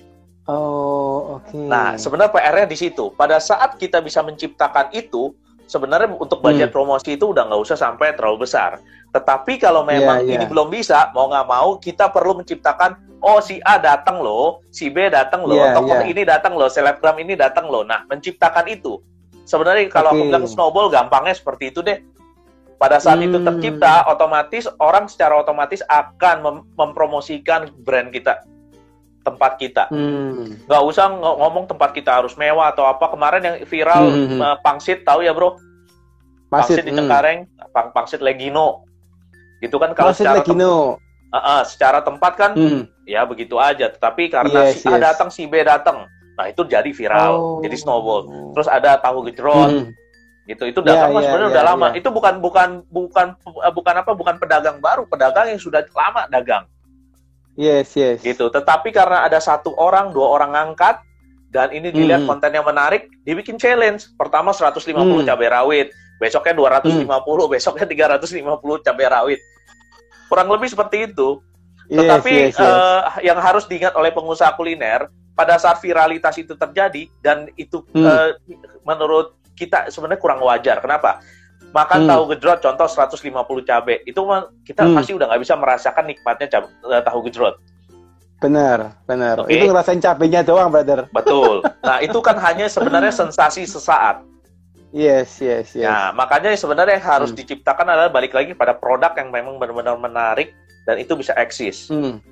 Nah, sebenarnya PR-nya di situ. Pada saat kita bisa menciptakan itu, sebenarnya untuk budget promosi itu udah nggak usah sampai terlalu besar. Tetapi kalau memang ini belum bisa, mau nggak mau, kita perlu menciptakan, si A datang loh, si B datang loh, tokoh ini datang loh, selebgram ini datang loh. Nah, menciptakan itu. Sebenarnya kalau aku bilang snowball, gampangnya seperti itu deh. Pada saat itu tercipta, otomatis orang secara otomatis akan mempromosikan brand kita, tempat kita. Nggak usah ngomong tempat kita harus mewah atau apa. Kemarin yang viral pangsit, tahu ya bro? Pangsit di Cengkareng, pangsit Legino. Gitu kan kalau secara tempat kan ya begitu aja. Tetapi karena si A datang, si B datang, nah itu jadi viral, jadi snowball. Terus ada tahu gejrot. Gitu, itu datang sebenarnya udah lama. Itu bukan pedagang baru, pedagang yang sudah lama dagang. Gitu. Tetapi karena ada satu orang, dua orang ngangkat dan ini dilihat kontennya menarik, dibikin challenge. Pertama 150 cabai rawit, besoknya 250, besoknya 350 cabai rawit. Kurang lebih seperti itu. Tetapi yang harus diingat oleh pengusaha kuliner, pada saat viralitas itu terjadi dan itu menurut kita sebenarnya kurang wajar. Kenapa? Makan tahu gejrot, contoh 150 cabai, itu kita pasti udah nggak bisa merasakan nikmatnya tahu gejrot. Benar. Okay. Itu ngerasain cabenya doang, brother. Betul. Nah, itu kan hanya sebenarnya sensasi sesaat. Yes. Nah, makanya sebenarnya yang harus diciptakan adalah balik lagi pada produk yang memang benar-benar menarik dan itu bisa eksis.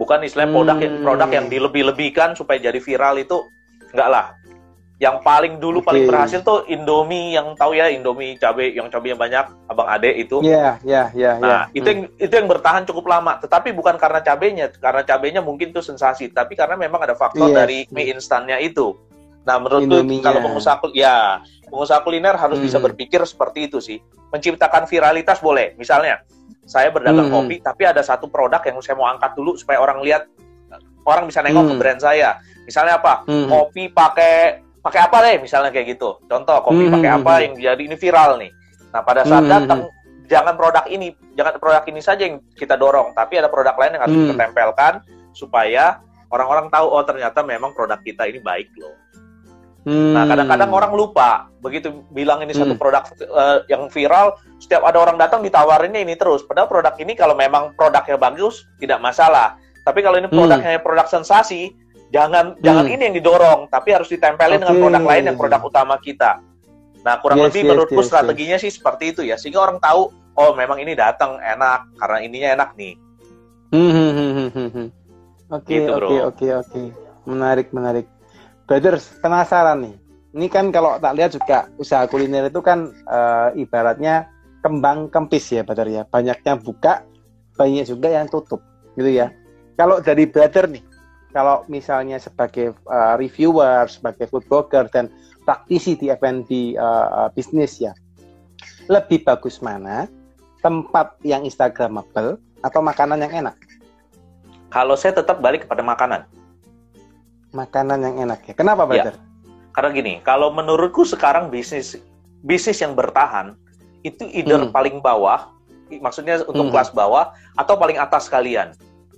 Bukan istilahnya produk yang dilebih-lebihkan supaya jadi viral itu enggak lah. Yang paling dulu paling berhasil tuh Indomie, yang tahu ya, Indomie yang cabenya banyak, Abang Ade itu. Nah, itu yang bertahan cukup lama. Tetapi bukan karena cabenya mungkin itu sensasi, tapi karena memang ada faktor dari mie instannya itu. Nah, menurutku kalau pengusaha kuliner harus bisa berpikir seperti itu sih. Menciptakan viralitas boleh. Misalnya, saya berdagang kopi, tapi ada satu produk yang saya mau angkat dulu supaya orang lihat, orang bisa nengok ke brand saya. Misalnya apa? Kopi pakai apa deh, misalnya kayak gitu. Contoh, kopi pakai apa yang jadi ini viral nih. Nah, pada saat datang, jangan produk ini saja yang kita dorong, tapi ada produk lain yang harus kita tempelkan supaya orang-orang tahu, oh ternyata memang produk kita ini baik loh. Nah, kadang-kadang orang lupa, begitu bilang ini satu produk yang viral, setiap ada orang datang ditawarinnya ini terus. Padahal produk ini kalau memang produknya bagus, tidak masalah. Tapi kalau ini produknya produk sensasi, jangan ini yang didorong, tapi harus ditempelin dengan produk lain yang produk utama kita. Nah, kurang lebih menurutku strateginya sih seperti itu ya, sehingga orang tahu, oh memang ini datang enak karena ininya enak nih. Oke. Menarik. Brothers, penasaran nih. Ini kan kalau tak lihat juga usaha kuliner itu kan ibaratnya kembang kempis ya, brother ya. Banyaknya buka, banyak juga yang tutup, gitu ya. Kalau dari brother nih, kalau misalnya sebagai reviewer, sebagai food blogger dan praktisi di F&B bisnis ya, lebih bagus mana? Tempat yang instagramable atau makanan yang enak? Kalau saya tetap balik kepada makanan. Makanan yang enak ya. Kenapa, brother? Ya, karena gini, kalau menurutku sekarang bisnis yang bertahan itu either paling bawah, maksudnya untuk kelas bawah atau paling atas sekalian.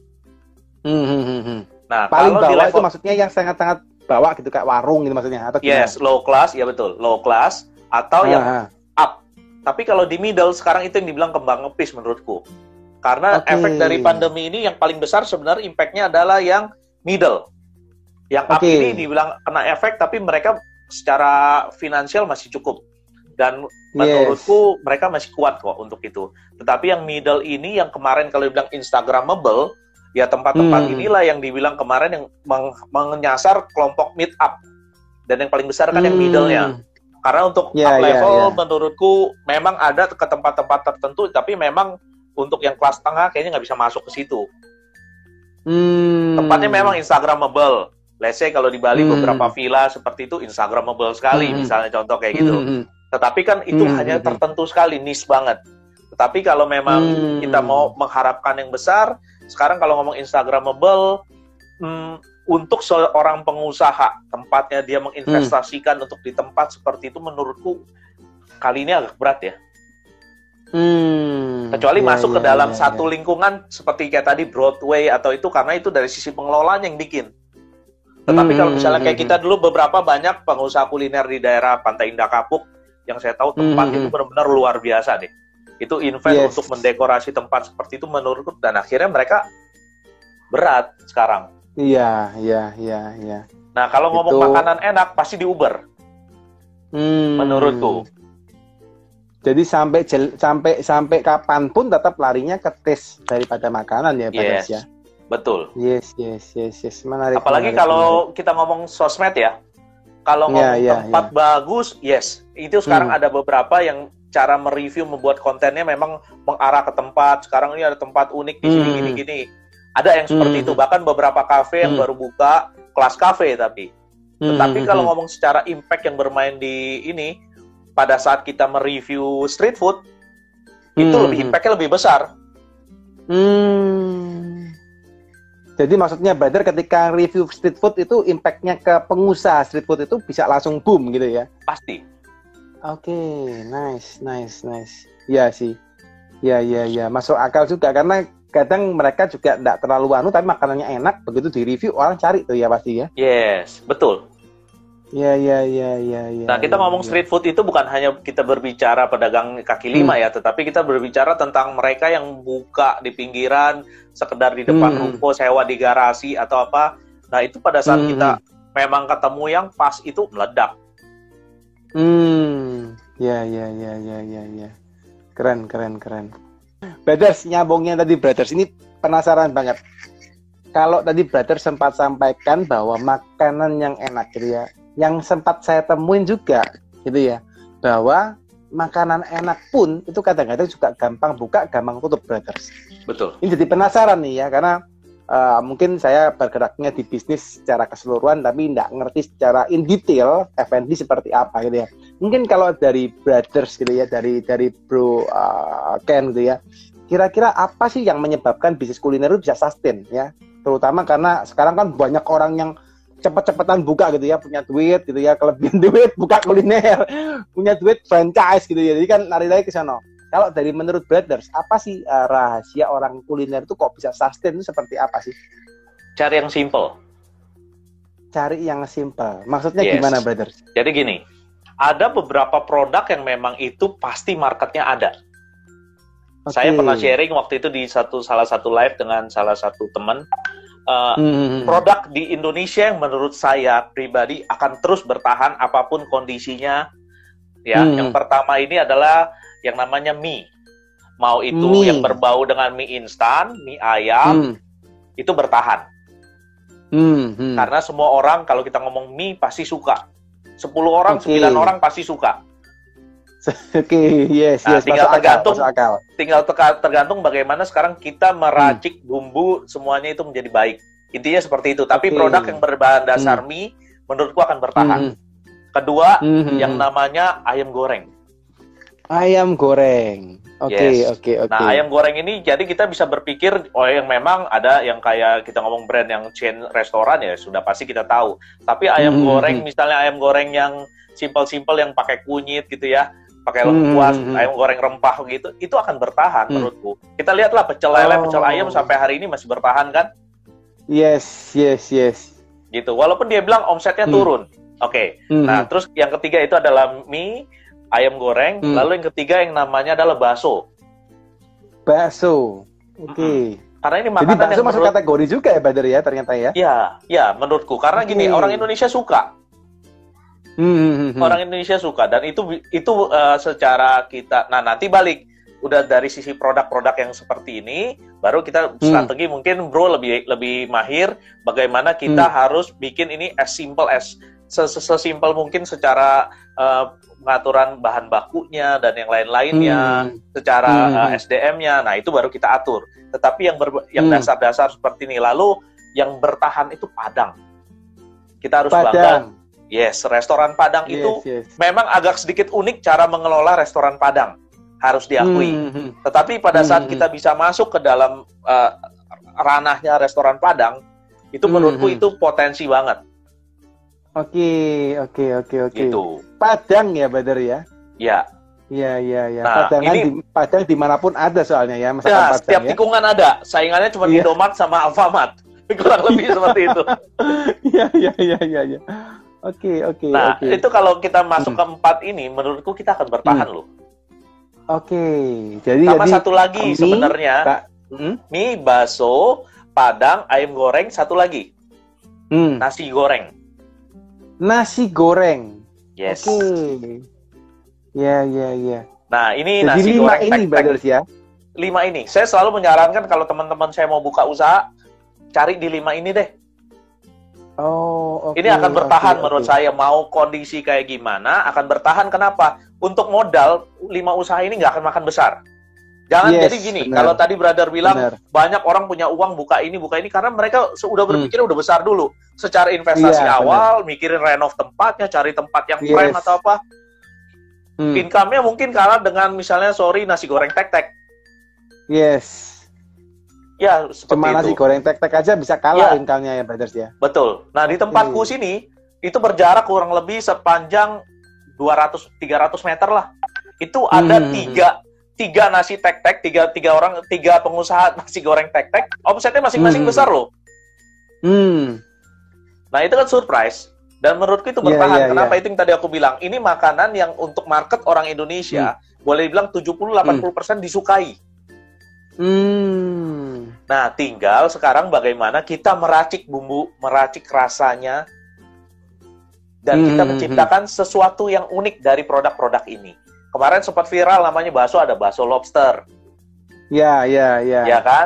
Nah, paling kalau bawah di level, itu maksudnya yang sangat-sangat bawah gitu, kayak warung gitu maksudnya, atau gimana? Yes, low class, ya betul, low class atau yang up. Tapi kalau di middle sekarang itu yang dibilang kembang ngepis menurutku. Karena efek dari pandemi ini yang paling besar sebenarnya impact-nya adalah yang middle. Yang up ini dibilang kena efek, tapi mereka secara finansial masih cukup. Dan menurutku mereka masih kuat kok untuk itu. Tetapi yang middle ini yang kemarin kalau dibilang instagramable, ya tempat-tempat inilah yang dibilang kemarin yang menyasar kelompok mid up. Dan yang paling besar kan yang middle-nya. Karena untuk up level menurutku memang ada ke tempat-tempat tertentu, tapi memang untuk yang kelas tengah kayaknya nggak bisa masuk ke situ. Tempatnya memang instagramable. Let's say kalau di Bali beberapa villa seperti itu instagramable sekali, misalnya contoh kayak gitu. Tetapi kan itu hanya tertentu sekali, niche banget. Tetapi kalau memang kita mau mengharapkan yang besar, sekarang kalau ngomong instagramable, untuk seorang pengusaha, tempatnya dia menginvestasikan untuk di tempat seperti itu, menurutku kali ini agak berat ya. Kecuali masuk ke dalam satu lingkungan seperti kayak tadi Broadway atau itu, karena itu dari sisi pengelolanya yang bikin. Tetapi kalau misalnya kayak kita dulu beberapa banyak pengusaha kuliner di daerah Pantai Indah Kapuk yang saya tahu tempat itu benar-benar luar biasa deh. Itu invest untuk mendekorasi tempat seperti itu menurutku, dan akhirnya mereka berat sekarang. Iya. Nah, kalau ngomong makanan enak pasti di Uber. Menurutku. Jadi sampai kapanpun tetap larinya ke taste daripada makanan ya, Pak ya. Betul. Yes. Menarik. Apalagi kalau kita ngomong sosmed ya. Kalau ngomong tempat bagus, itu sekarang ada beberapa yang cara mereview membuat kontennya memang mengarah ke tempat. Sekarang ini ada tempat unik di sini gini-gini. Ada yang seperti itu, bahkan beberapa kafe yang baru buka, kelas kafe tapi. Tetapi kalau ngomong secara impact yang bermain di ini, pada saat kita mereview street food, itu impact-nya lebih besar. Jadi maksudnya brother ketika review street food itu impact-nya ke pengusaha street food itu bisa langsung boom gitu ya? Pasti. Oke, nice. Iya sih. Iya. Masuk akal juga karena kadang mereka juga enggak terlalu tapi makanannya enak, begitu di-review orang cari tuh ya pasti ya. Yes, betul. Iya. Nah, kita ngomong street food itu bukan hanya kita berbicara pedagang kaki lima ya, tetapi kita berbicara tentang mereka yang buka di pinggiran, sekedar di depan ruko, sewa di garasi atau apa. Nah, itu pada saat kita memang ketemu yang pas itu meledak. Iya. Keren. Brothers, nyambungnya tadi brothers, ini penasaran banget. kalau tadi brother sempat sampaikan bahwa makanan yang enak gitu ya, yang sempat saya temuin juga gitu ya, bahwa makanan enak pun itu kadang-kadang juga gampang buka, gampang tutup, brothers. Betul. Ini jadi penasaran nih ya, karena mungkin saya bergeraknya di bisnis secara keseluruhan, tapi nggak ngerti secara in detail F&B seperti apa gitu ya. Mungkin kalau dari brothers gitu ya, dari Bro Ken gitu ya, kira-kira apa sih yang menyebabkan bisnis kuliner itu bisa sustain ya? Terutama karena sekarang kan banyak orang yang cepet-cepetan buka gitu ya, punya duit gitu ya, kelebihan duit buka kuliner, punya duit franchise gitu ya, jadi kan lari-lari ke sana. Kalau dari menurut brothers, apa sih rahasia orang kuliner itu kok bisa sustain itu seperti apa sih? Cari yang simple. Cari yang simple, maksudnya gimana brothers? Jadi gini, ada beberapa produk yang memang itu pasti marketnya ada. Saya pernah sharing waktu itu di salah satu live dengan salah satu teman. Produk di Indonesia yang menurut saya pribadi akan terus bertahan apapun kondisinya. Ya, yang pertama ini adalah yang namanya mie. Mau itu yang berbau dengan mie instan, mie ayam, itu bertahan. Karena semua orang kalau kita ngomong mie pasti suka. 10 orang, 9 orang pasti suka. Yes, tinggal tergantung bagaimana sekarang kita meracik bumbu semuanya itu menjadi baik. Intinya seperti itu. Tapi produk yang berbahan dasar mie menurutku akan bertahan. Kedua, yang namanya ayam goreng. Ayam goreng. Oke. Nah, ayam goreng ini jadi kita bisa berpikir yang memang ada yang kayak kita ngomong brand yang chain restoran ya sudah pasti kita tahu. Tapi ayam goreng misalnya ayam goreng yang simple-simple yang pakai kunyit gitu ya, pakai lengkuas, ayam goreng rempah gitu, itu akan bertahan menurutku. Kita lihatlah pecel lele, pecel ayam sampai hari ini masih bertahan kan? Yes. Gitu. Walaupun dia bilang omsetnya turun. Oke. Nah, terus yang ketiga itu adalah mie, ayam goreng, lalu yang ketiga yang namanya adalah bakso. Bakso. Oke. Karena ini makanan jadi bakso yang masuk kategori juga ya, Badar ya, ternyata ya? Iya, menurutku. Karena gini, orang Indonesia suka. Orang Indonesia suka dan itu secara kita. Nah, nanti balik udah dari sisi produk-produk yang seperti ini, baru kita strategi mungkin Bro lebih mahir bagaimana kita harus bikin ini as simple as sesimpel mungkin secara pengaturan bahan bakunya dan yang lain-lainnya, secara SDM-nya. Nah, itu baru kita atur. Tetapi yang dasar-dasar seperti ini, lalu yang bertahan itu Padang. Kita harus bangga. Yes, restoran Padang itu memang agak sedikit unik cara mengelola restoran Padang, harus diakui. Tetapi pada saat kita bisa masuk ke dalam ranahnya restoran Padang, itu menurutku itu potensi banget. Oke. Gitu. Padang ya, Badar ya? Iya. Iya. Nah, Padang dimanapun ada soalnya ya. Nah, setiap tikungan ada. Saingannya cuma Indomaret sama Alfamart. Kurang lebih seperti itu. Iya. Oke. Nah, itu kalau kita masuk ke 4 ini, menurutku kita akan bertahan loh. Oke. Jadi satu lagi sebenarnya. Mie, bakso, Padang, ayam goreng, satu lagi. Nasi goreng. Nasi goreng. Yes. Oke. Ya. Nah, ini jadi nasi 5 goreng ini, Badar ya? 5 ini. Saya selalu menyarankan kalau teman-teman saya mau buka usaha, cari di 5 ini deh. Ini akan bertahan menurut saya. Mau kondisi kayak gimana, akan bertahan. Kenapa? Untuk modal, 5 usaha ini nggak akan makan besar. Jangan jadi gini, kalau tadi brother bilang banyak orang punya uang buka ini karena mereka sudah berpikir udah besar dulu. Secara investasi awal, mikirin renov tempatnya, cari tempat yang prime atau apa. Income-nya mungkin kalah dengan misalnya nasi goreng tek-tek. Yes. Ya, seperti cuma itu. Nasi goreng tek-tek aja bisa kalah income-nya ya, brothers ya. Betul. Nah, di tempatku sini itu berjarak kurang lebih sepanjang 200-300 meter lah. Itu ada tiga nasi tek-tek, tiga pengusaha nasi goreng tek-tek, omsetnya masing-masing besar loh. Nah, itu kan surprise. Dan menurutku itu bertahan. Kenapa? Itu yang tadi aku bilang. Ini makanan yang untuk market orang Indonesia, boleh dibilang 70-80% disukai. Nah, tinggal sekarang bagaimana kita meracik bumbu, meracik rasanya, dan kita menciptakan sesuatu yang unik dari produk-produk ini. Kemarin sempat viral namanya bakso, ada bakso lobster. Ya. Ya kan?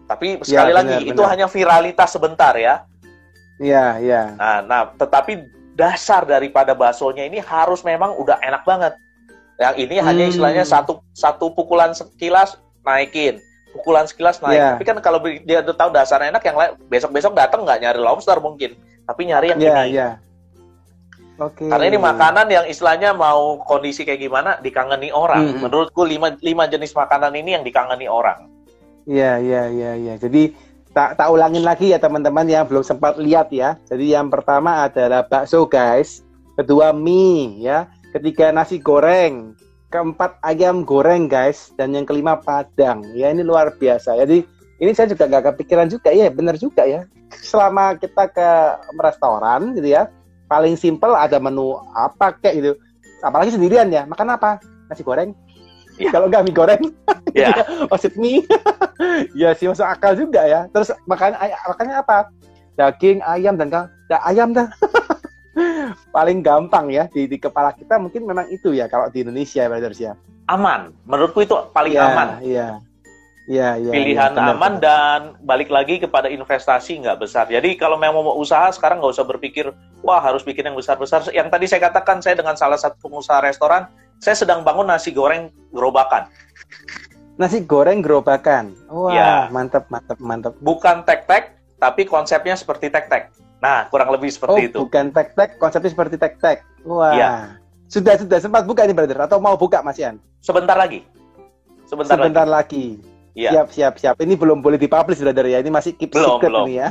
Tapi sekali lagi itu hanya viralitas sebentar ya. Iya, iya. Nah, tetapi dasar daripada baksonya ini harus memang udah enak banget. Yang ini hanya istilahnya satu pukulan sekilas naikin, pukulan sekilas naik. Yeah. Tapi kan kalau dia udah tahu dasarnya enak, yang lain besok-besok datang nggak nyari lobster mungkin, tapi nyari yang ini. Iya. Oke. Karena ini makanan yang istilahnya mau kondisi kayak gimana dikangeni orang. Menurutku 5 jenis makanan ini yang dikangeni orang. Iya. Jadi tak ulangin lagi ya teman-teman yang belum sempat lihat ya. Jadi yang pertama adalah bakso guys, kedua mie ya, ketiga nasi goreng, keempat ayam goreng guys, dan yang kelima padang. Ya ini luar biasa. Jadi ini saya juga nggak kepikiran juga ya, benar juga ya. Selama kita ke restoran gitu ya, paling simpel ada menu apa kayak gitu. Apalagi sendirian ya, makan apa? Nasi goreng. Ya. Kalau nggak mie goreng, ya. Maksud mie, ya sih masuk akal juga ya. Terus makannya apa? Daging, ayam dan ayam dah. Paling gampang ya di kepala kita mungkin memang itu ya kalau di Indonesia brothers ya. Aman, menurutku itu paling aman. Iya. Pilihan benar, aman benar. Dan balik lagi kepada investasi nggak besar. Jadi kalau memang mau usaha sekarang nggak usah berpikir wah harus bikin yang besar-besar. Yang tadi saya katakan saya dengan salah satu pengusaha restoran. Saya sedang bangun nasi goreng gerobakan. Nasi goreng gerobakan. Wah, ya. Mantap. Bukan tek-tek, tapi konsepnya seperti tek-tek. Nah, kurang lebih seperti itu. Bukan tek-tek, konsepnya seperti tek-tek. Wah. Ya. Sudah sempat buka ini, brother? Atau mau buka, Mas Ian? Sebentar lagi. Sebentar lagi. Ya. Siap. Ini belum boleh dipublish, brother ya. Ini masih keep secret nih ya.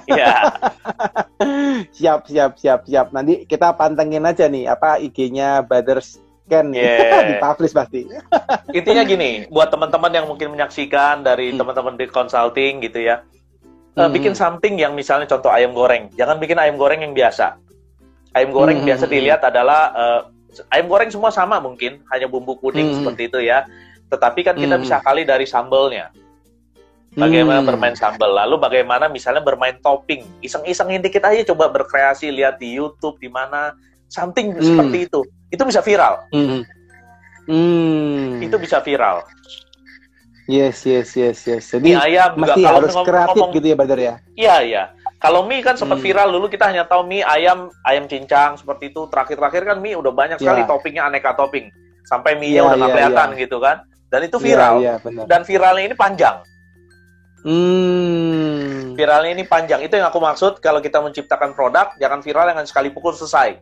Ya. Siap. Nanti kita pantengin aja nih apa IG-nya Brothers Ken dipublish pasti. Intinya gini, buat teman-teman yang mungkin menyaksikan dari teman-teman di consulting gitu ya, bikin something yang misalnya contoh ayam goreng. Jangan bikin ayam goreng yang biasa. Ayam goreng biasa dilihat adalah ayam goreng semua sama mungkin, hanya bumbu kuning seperti itu ya. Tetapi kan kita bisa kali dari sambelnya. Bagaimana bermain sambal, lalu bagaimana misalnya bermain topping. Iseng-isengin dikit aja, coba berkreasi, lihat di YouTube di mana something seperti itu. Itu bisa viral. Itu bisa viral. Yes. Jadi ayam mesti harus kreatif gitu ya, Badar ya? Iya. Kalau mie kan sempat viral dulu, kita hanya tahu mie ayam cincang seperti itu. Terakhir kan mie udah banyak sekali toppingnya, aneka topping. Sampai mie-nya udah nggak kelihatan gitu kan. Dan itu viral. Dan viralnya ini panjang. Viralnya ini panjang. Itu yang aku maksud kalau kita menciptakan produk, jangan viral yang sekali pukul selesai.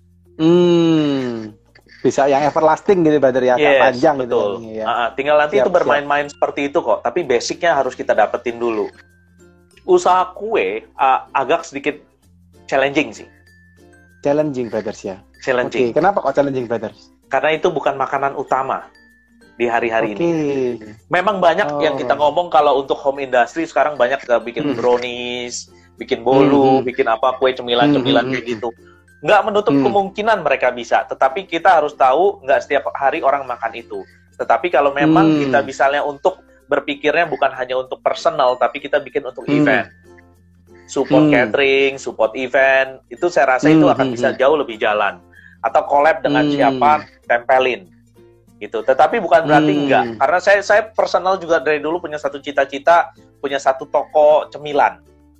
Bisa yang everlasting gitu Brother ya, panjang betul. Gitu. Tinggal nanti itu bermain-main seperti itu kok, tapi basicnya harus kita dapetin dulu. Usaha kue agak sedikit challenging sih. Challenging Brothers ya? Challenging. Kenapa kok challenging Brothers? Karena itu bukan makanan utama di hari-hari ini. Memang banyak yang kita ngomong kalau untuk home industry sekarang banyak bikin brownies, bikin bolu, bikin apa kue cemilan-cemilan kayak gitu. Nggak menutup kemungkinan mereka bisa, tetapi kita harus tahu nggak setiap hari orang makan itu. Tetapi kalau memang kita misalnya untuk berpikirnya bukan hanya untuk personal, tapi kita bikin untuk event, support catering, support event, itu saya rasa itu akan bisa jauh lebih jalan. Atau collab dengan siapa, tempelin. Gitu. Tetapi bukan berarti enggak, karena saya personal juga dari dulu punya satu cita-cita, punya satu toko cemilan.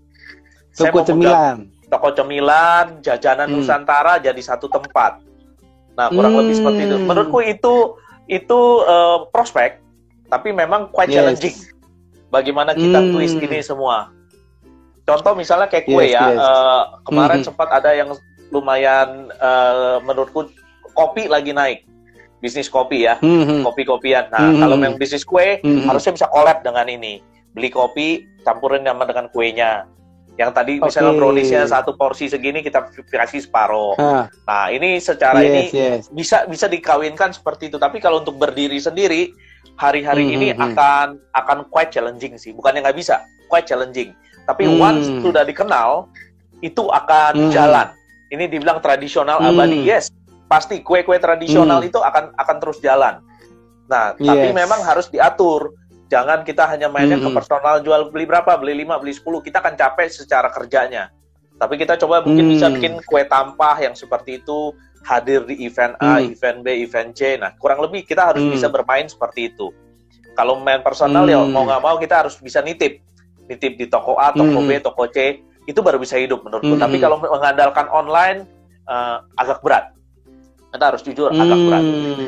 Toko cemilan, jajanan Nusantara jadi satu tempat. Nah, kurang lebih seperti itu. Menurutku itu prospek, tapi memang quite challenging. Bagaimana kita twist ini semua. Contoh misalnya kayak kue kemarin sempat ada yang lumayan menurutku kopi lagi naik. Bisnis kopi ya, kopi-kopian. Nah, kalau memang bisnis kue harusnya bisa collab dengan ini. Beli kopi, campurin dengan kuenya. Yang tadi misalnya brownies-nya satu porsi segini kita kasih separuh. Nah, ini secara bisa dikawinkan seperti itu. Tapi kalau untuk berdiri sendiri, hari-hari ini akan quite challenging sih. Bukannya nggak bisa, quite challenging. Tapi once sudah dikenal, itu akan jalan. Ini dibilang tradisional abadi, yes. Pasti kue-kue tradisional itu akan terus jalan. Nah, tapi memang harus diatur. Jangan kita hanya mainnya ke personal, jual beli berapa, beli 5, beli 10, kita akan capek secara kerjanya. Tapi kita coba mungkin bisa bikin kue tampah yang seperti itu, hadir di event A, event B, event C. Nah, kurang lebih kita harus bisa bermain seperti itu. Kalau main personal ya mau nggak mau kita harus bisa nitip. nitip di toko A, toko B, toko C, itu baru bisa hidup menurutku. Tapi kalau mengandalkan online agak berat. Kita harus jujur, agak berat.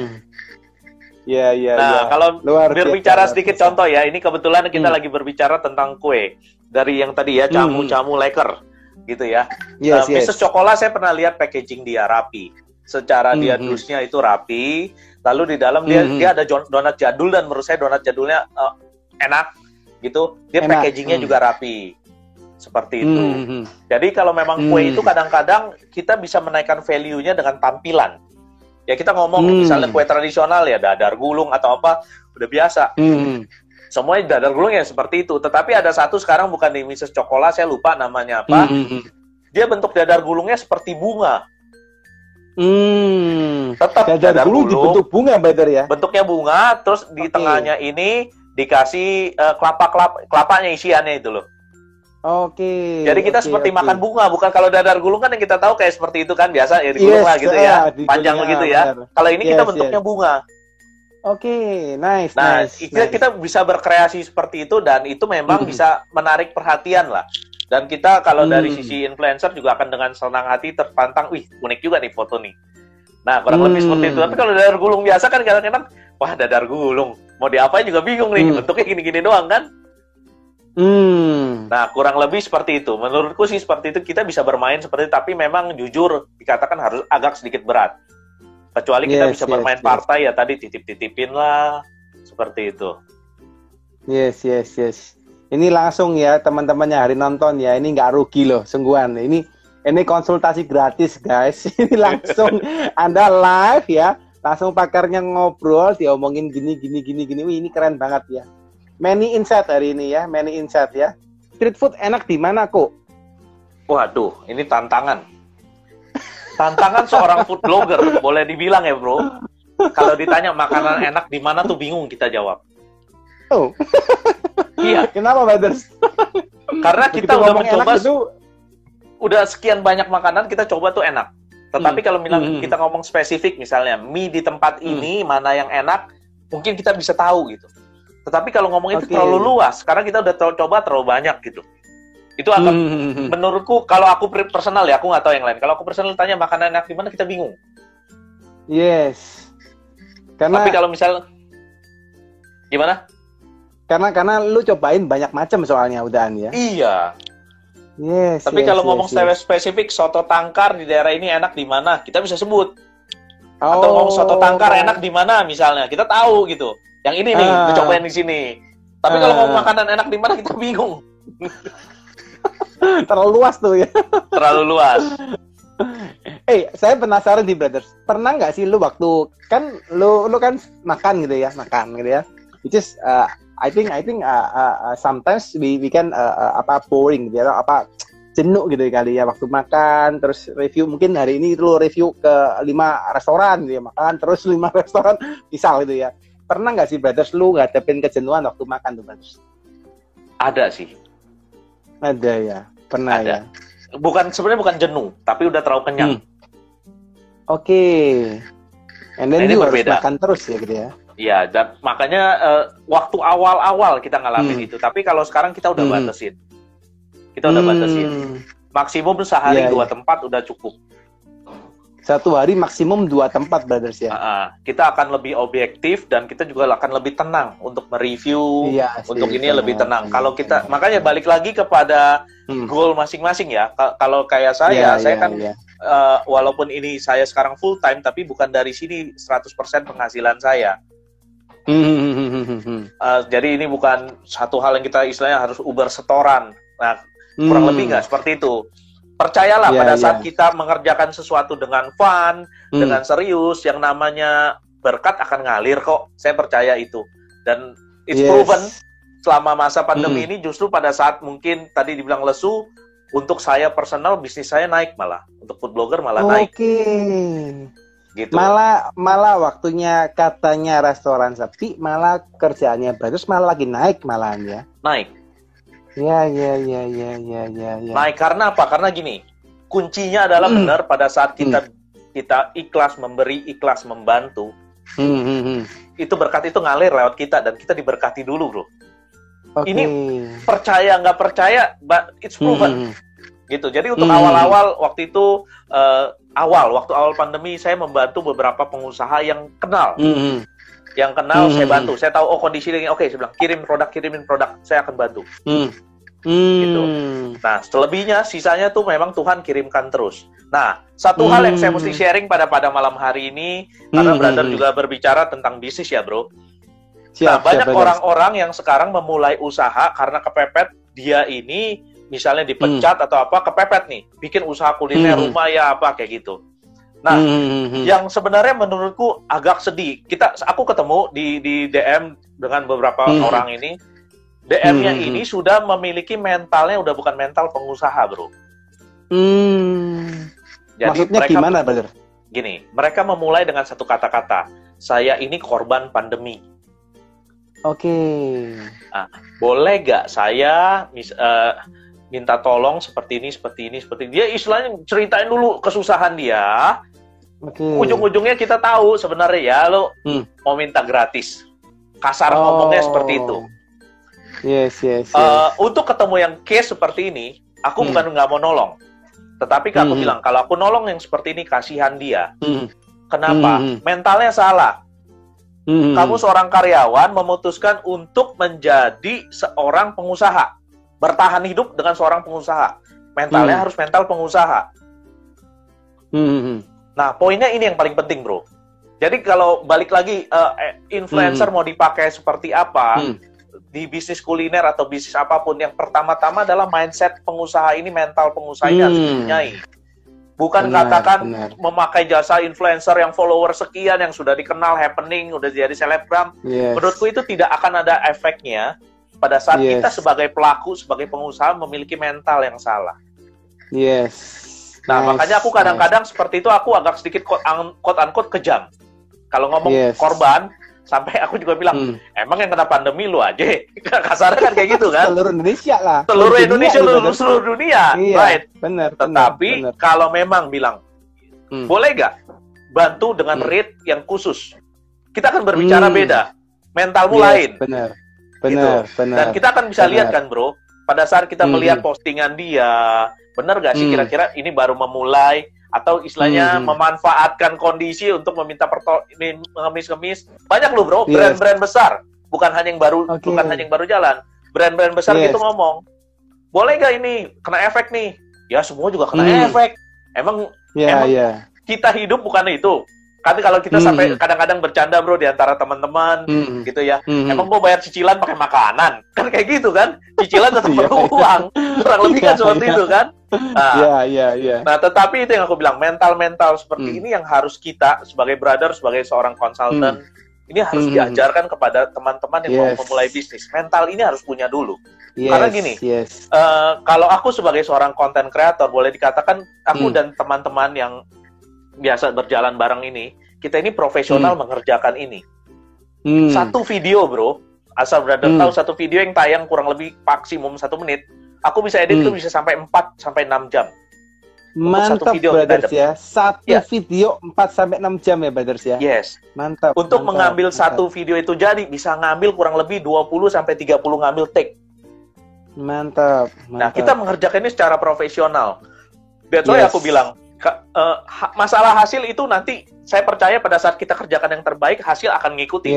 Nah, kalau berbicara sedikit contoh ya, ini kebetulan kita lagi berbicara tentang kue. Dari yang tadi ya, camu-camu leker gitu ya. Mrs. Chocola saya pernah lihat packaging dia rapi. Secara dia dusnya itu rapi. Lalu di dalam dia ada donat jadul, dan menurut saya donat jadulnya enak gitu. Dia packagingnya juga rapi. Seperti itu. Jadi kalau memang kue itu kadang-kadang kita bisa menaikkan value-nya dengan tampilan. Ya kita ngomong misalnya kue tradisional ya dadar gulung atau apa, udah biasa. Semuanya dadar gulung ya seperti itu. Tetapi ada satu sekarang bukan di Mrs. Chocola, saya lupa namanya apa. Dia bentuk dadar gulungnya seperti bunga. Tetap dadar gulung dibentuk bunga, better ya. Bentuknya bunga, terus di tengahnya ini dikasih kelapanya isiannya itu loh. Jadi kita seperti makan bunga, bukan kalau dadar gulung kan yang kita tahu kayak seperti itu kan biasa ya digulung lah gitu ya, panjang begitu ya. Kalau ini kita bentuknya bunga. Nice. Kita bisa berkreasi seperti itu, dan itu memang bisa menarik perhatian lah. Dan kita kalau dari sisi influencer juga akan dengan senang hati terpantang, wih unik juga nih foto nih. Nah kurang lebih seperti itu. Tapi kalau dadar gulung biasa kan kadang-kadang, wah dadar gulung, mau diapain juga bingung nih, bentuknya gini-gini doang kan. Nah, kurang lebih seperti itu. Menurutku sih seperti itu, kita bisa bermain seperti itu, tapi memang jujur dikatakan harus agak sedikit berat. Kecuali kita bisa bermain partai ya tadi titip-titipin lah, seperti itu. Yes. Ini langsung ya teman-temannya hari nonton ya, ini nggak rugi loh, sungguhan. Ini konsultasi gratis guys. Ini langsung Anda live ya, langsung pakarnya ngobrol, diomongin gini. Wih, ini keren banget ya. Many insight hari ini ya, many insight ya. Street food enak di mana kok? Waduh, ini tantangan. Tantangan seorang food blogger, boleh dibilang ya bro. Kalau ditanya makanan enak di mana tuh bingung kita jawab. Iya. Kenapa, Brothers? Karena kita udah mencoba udah sekian banyak makanan kita coba tuh enak. Tetapi kalau kita ngomong spesifik misalnya mie di tempat ini mana yang enak, mungkin kita bisa tahu gitu. Tetapi kalau ngomong itu terlalu luas, karena kita udah coba terlalu banyak gitu. Itu akan, menurutku, kalau aku personal ya, aku nggak tahu yang lain. Kalau aku personal tanya makanan enak di mana, kita bingung. Yes. Tapi kalau misal, gimana? Karena lu cobain banyak macam soalnya udahan ya. Iya. Yes. Tapi kalau ngomong spesifik, soto tangkar di daerah ini enak di mana, kita bisa sebut. Atau ngomong soto tangkar enak di mana misalnya, kita tahu gitu. Yang ini nih, kita cobain di sini. Tapi kalau ngomong makanan enak di mana, kita bingung. Terlalu luas tuh ya. Terlalu luas. Saya penasaran nih, Brothers. Pernah nggak sih lu waktu kan lu kan makan gitu ya, which is I think sometimes we can boring gitu ya, jenuh gitu kali ya waktu makan, terus review, mungkin hari ini lu review ke 5 restoran gitu ya, makan terus 5 restoran misal gitu ya. Pernah nggak sih, Brothers, lu ngadepin kejenuhan waktu makan tuh, Brothers? Ada sih. Ada ya, pernah ada. Ya. Sebenarnya bukan jenuh, tapi udah terlalu kenyang. And then you harus makan terus ya gitu ya. Iya, dan makanya waktu awal-awal kita ngalamin itu. Tapi kalau sekarang kita udah batasin. Maksimum sehari 2 tempat udah cukup. Satu hari maksimum 2 tempat, Brothers ya. Kita akan lebih objektif dan kita juga akan lebih tenang untuk mereview. Untuk ini lebih tenang. Kalau kita, makanya balik lagi kepada goal masing-masing ya. Kalau kayak saya kan walaupun ini saya sekarang full time, tapi bukan dari sini 100% penghasilan saya. Jadi ini bukan satu hal yang kita istilahnya harus Uber setoran. Nah, kurang lebih nggak seperti itu. Percayalah pada saat kita mengerjakan sesuatu dengan fun, dengan serius, yang namanya berkat akan ngalir kok. Saya percaya itu. Dan it's proven selama masa pandemi ini, justru pada saat mungkin tadi dibilang lesu, untuk saya personal, bisnis saya naik malah. Untuk food blogger malah naik. Gitu. Malah waktunya katanya restoran sepi, malah kerjaannya bagus, malah lagi naik malahan ya. Naik. Ya. Naik karena apa? Karena gini, kuncinya adalah benar pada saat kita ikhlas memberi, ikhlas membantu. Itu berkat itu ngalir lewat kita dan kita diberkati dulu, bro. Ini percaya nggak percaya, but it's proven. Gitu. Jadi untuk awal-awal waktu itu waktu awal pandemi saya membantu beberapa pengusaha yang kenal. Yang kenal saya bantu. Saya tahu kondisi ini oke, saya bilang kirimin produk, saya akan bantu. Gitu. Nah, selebihnya sisanya tuh memang Tuhan kirimkan terus. Nah, satu hal yang saya mesti sharing pada malam hari ini karena brother juga berbicara tentang bisnis ya, Bro. Banyak orang-orang yang sekarang memulai usaha karena kepepet, dia ini misalnya dipecat atau apa, kepepet nih, bikin usaha kuliner rumah ya apa kayak gitu. Nah, yang sebenarnya menurutku agak sedih. Aku ketemu di DM dengan beberapa orang ini. DM-nya ini sudah memiliki mentalnya udah bukan mental pengusaha, Bro. Jadi maksudnya mereka gimana, Brother? Gini, mereka memulai dengan satu kata-kata. Saya ini korban pandemi. Oke. Nah, boleh gak saya minta tolong seperti ini. Dia istilahnya ceritain dulu kesusahan dia. Ujung-ujungnya kita tahu sebenarnya ya lo mau minta gratis. Kasar ngomongnya seperti itu. Yes. Untuk ketemu yang case seperti ini, aku bukan nggak mau nolong. Tetapi aku bilang, kalau aku nolong yang seperti ini, kasihan dia. Kenapa? Mentalnya salah. Kamu seorang karyawan memutuskan untuk menjadi seorang pengusaha. Bertahan hidup dengan seorang pengusaha. Mentalnya harus mental pengusaha. Nah, poinnya ini yang paling penting, Bro. Jadi kalau balik lagi, influencer mau dipakai seperti apa, di bisnis kuliner atau bisnis apapun, yang pertama-tama adalah mindset pengusaha ini, mental pengusaha ini harus dipunyai. Bukan memakai jasa influencer yang follower sekian, yang sudah dikenal, happening, udah jadi selebgram. Menurutku itu tidak akan ada efeknya pada saat kita sebagai pelaku, sebagai pengusaha memiliki mental yang salah. Nah, makanya aku kadang-kadang seperti itu, aku agak sedikit quote-unquote kejam. Kalau ngomong korban, sampai aku juga bilang, emang yang kena pandemi lu aja? Kasarnya kan kayak gitu kan? Seluruh Indonesia lah. Seluruh Indonesia, seluruh dunia. Iya, right. Benar. Tetapi kalau memang bilang, boleh gak bantu dengan rate yang khusus? Kita akan berbicara beda. Mentalmu lain. Benar. Dan kita akan bisa lihat kan, Bro, pada saat kita melihat postingan dia, benar gak sih kira-kira ini baru memulai, atau istilahnya memanfaatkan kondisi untuk meminta ngemis-ngemis. Banyak loh, Bro, brand-brand besar, bukan hanya yang baru jalan. Brand-brand besar gitu ngomong, boleh gak ini kena efek nih? Ya semua juga kena efek. Emang kita hidup bukan itu. Kan kalau kita sampai kadang-kadang bercanda, Bro, di antara teman-teman gitu ya. Emang mau bayar cicilan pakai makanan? Kan kayak gitu kan? Cicilan tetap perlu uang. Kurang lebih kan seperti itu kan? Nah, tetapi itu yang aku bilang, mental-mental seperti ini yang harus kita sebagai brother, sebagai seorang konsultan, ini harus diajarkan kepada teman-teman yang mau memulai bisnis. Mental ini harus punya dulu. Karena gini, kalau aku sebagai seorang content creator, boleh dikatakan aku dan teman-teman yang biasa berjalan bareng ini, kita ini profesional mengerjakan ini. Satu video, Bro, asal brother tahu, satu video yang tayang kurang lebih maksimum 1 menit, aku bisa edit itu bisa sampai 4-6 jam. Mantap, brothers ya. Satu video 4-6 jam ya, brothers ya. Yes. Mantap. Untuk mengambil satu video itu jadi bisa ngambil kurang lebih 20-30 ngambil take. Mantap. Nah, kita mengerjakan ini secara profesional. That's why aku bilang, masalah hasil itu nanti saya percaya pada saat kita kerjakan yang terbaik, hasil akan ngikuti.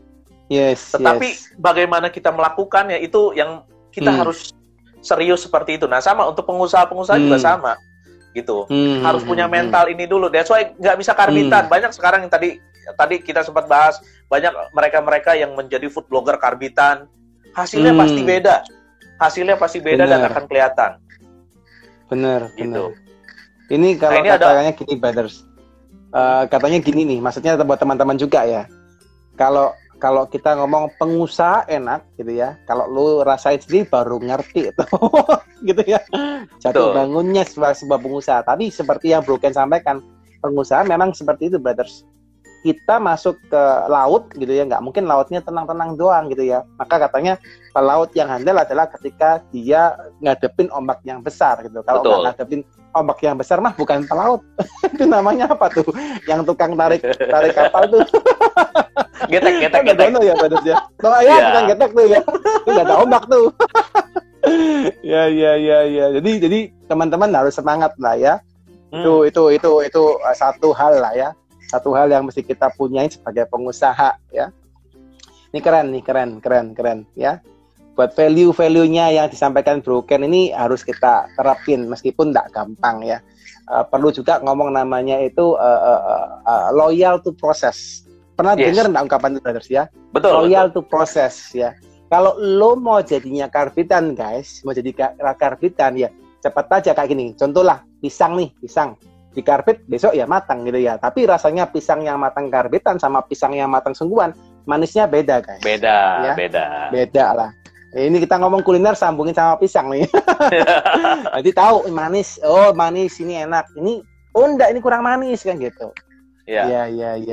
Tetapi bagaimana kita melakukannya itu yang kita harus serius seperti itu. Nah, sama untuk pengusaha-pengusaha juga sama gitu. Harus punya mental ini dulu. That's why nggak bisa karbitan. Banyak sekarang yang tadi kita sempat bahas, banyak mereka-mereka yang menjadi food blogger karbitan. Hasilnya pasti beda. Hasilnya pasti beda dan akan kelihatan. Benar. Gitu. Ini kalau katanya gini, brothers. Katanya gini nih, maksudnya buat teman-teman juga ya. Kalau kita ngomong pengusaha enak gitu ya, kalau lu rasain sendiri baru ngerti itu, gitu ya. Jadi bangunnya sebuah pengusaha. Tadi seperti yang Bro Ken sampaikan, pengusaha memang seperti itu, brothers. Kita masuk ke laut gitu ya, nggak mungkin lautnya tenang-tenang doang gitu ya. Maka katanya pelaut yang handal adalah ketika dia ngadepin ombak yang besar gitu. Kalau nggak ngadepin ombak yang besar mah bukan pelaut. Itu namanya apa tuh? Yang tukang tarik kapal tuh. Getek. Gono ya Brothers ya. Oh ya, bukan getek tuh ya. Itu nggak ada ombak tuh. Ya. Jadi teman-teman harus semangat lah ya. Itu satu hal lah ya. Satu hal yang mesti kita punyai sebagai pengusaha ya. Ini keren ya. Buat value-nya yang disampaikan Bro Ken ini harus kita terapin meskipun tidak gampang ya. Perlu juga ngomong namanya itu loyal to process. Pernah dengar nggak ungkapan itu Brothers ya? Betul. Loyal to process ya. Kalau lo mau jadinya karbitan guys, mau jadi karbitan ya cepat aja kayak gini. Contoh lah pisang dikarbit besok ya matang gitu ya. Tapi rasanya pisang yang matang karbitan sama pisang yang matang sungguhan manisnya beda guys. Beda. Beda lah. Ini kita ngomong kuliner sambungin sama pisang nih. Nanti tahu manis. Oh manis ini enak. Ini enggak ini kurang manis kan gitu. Ya.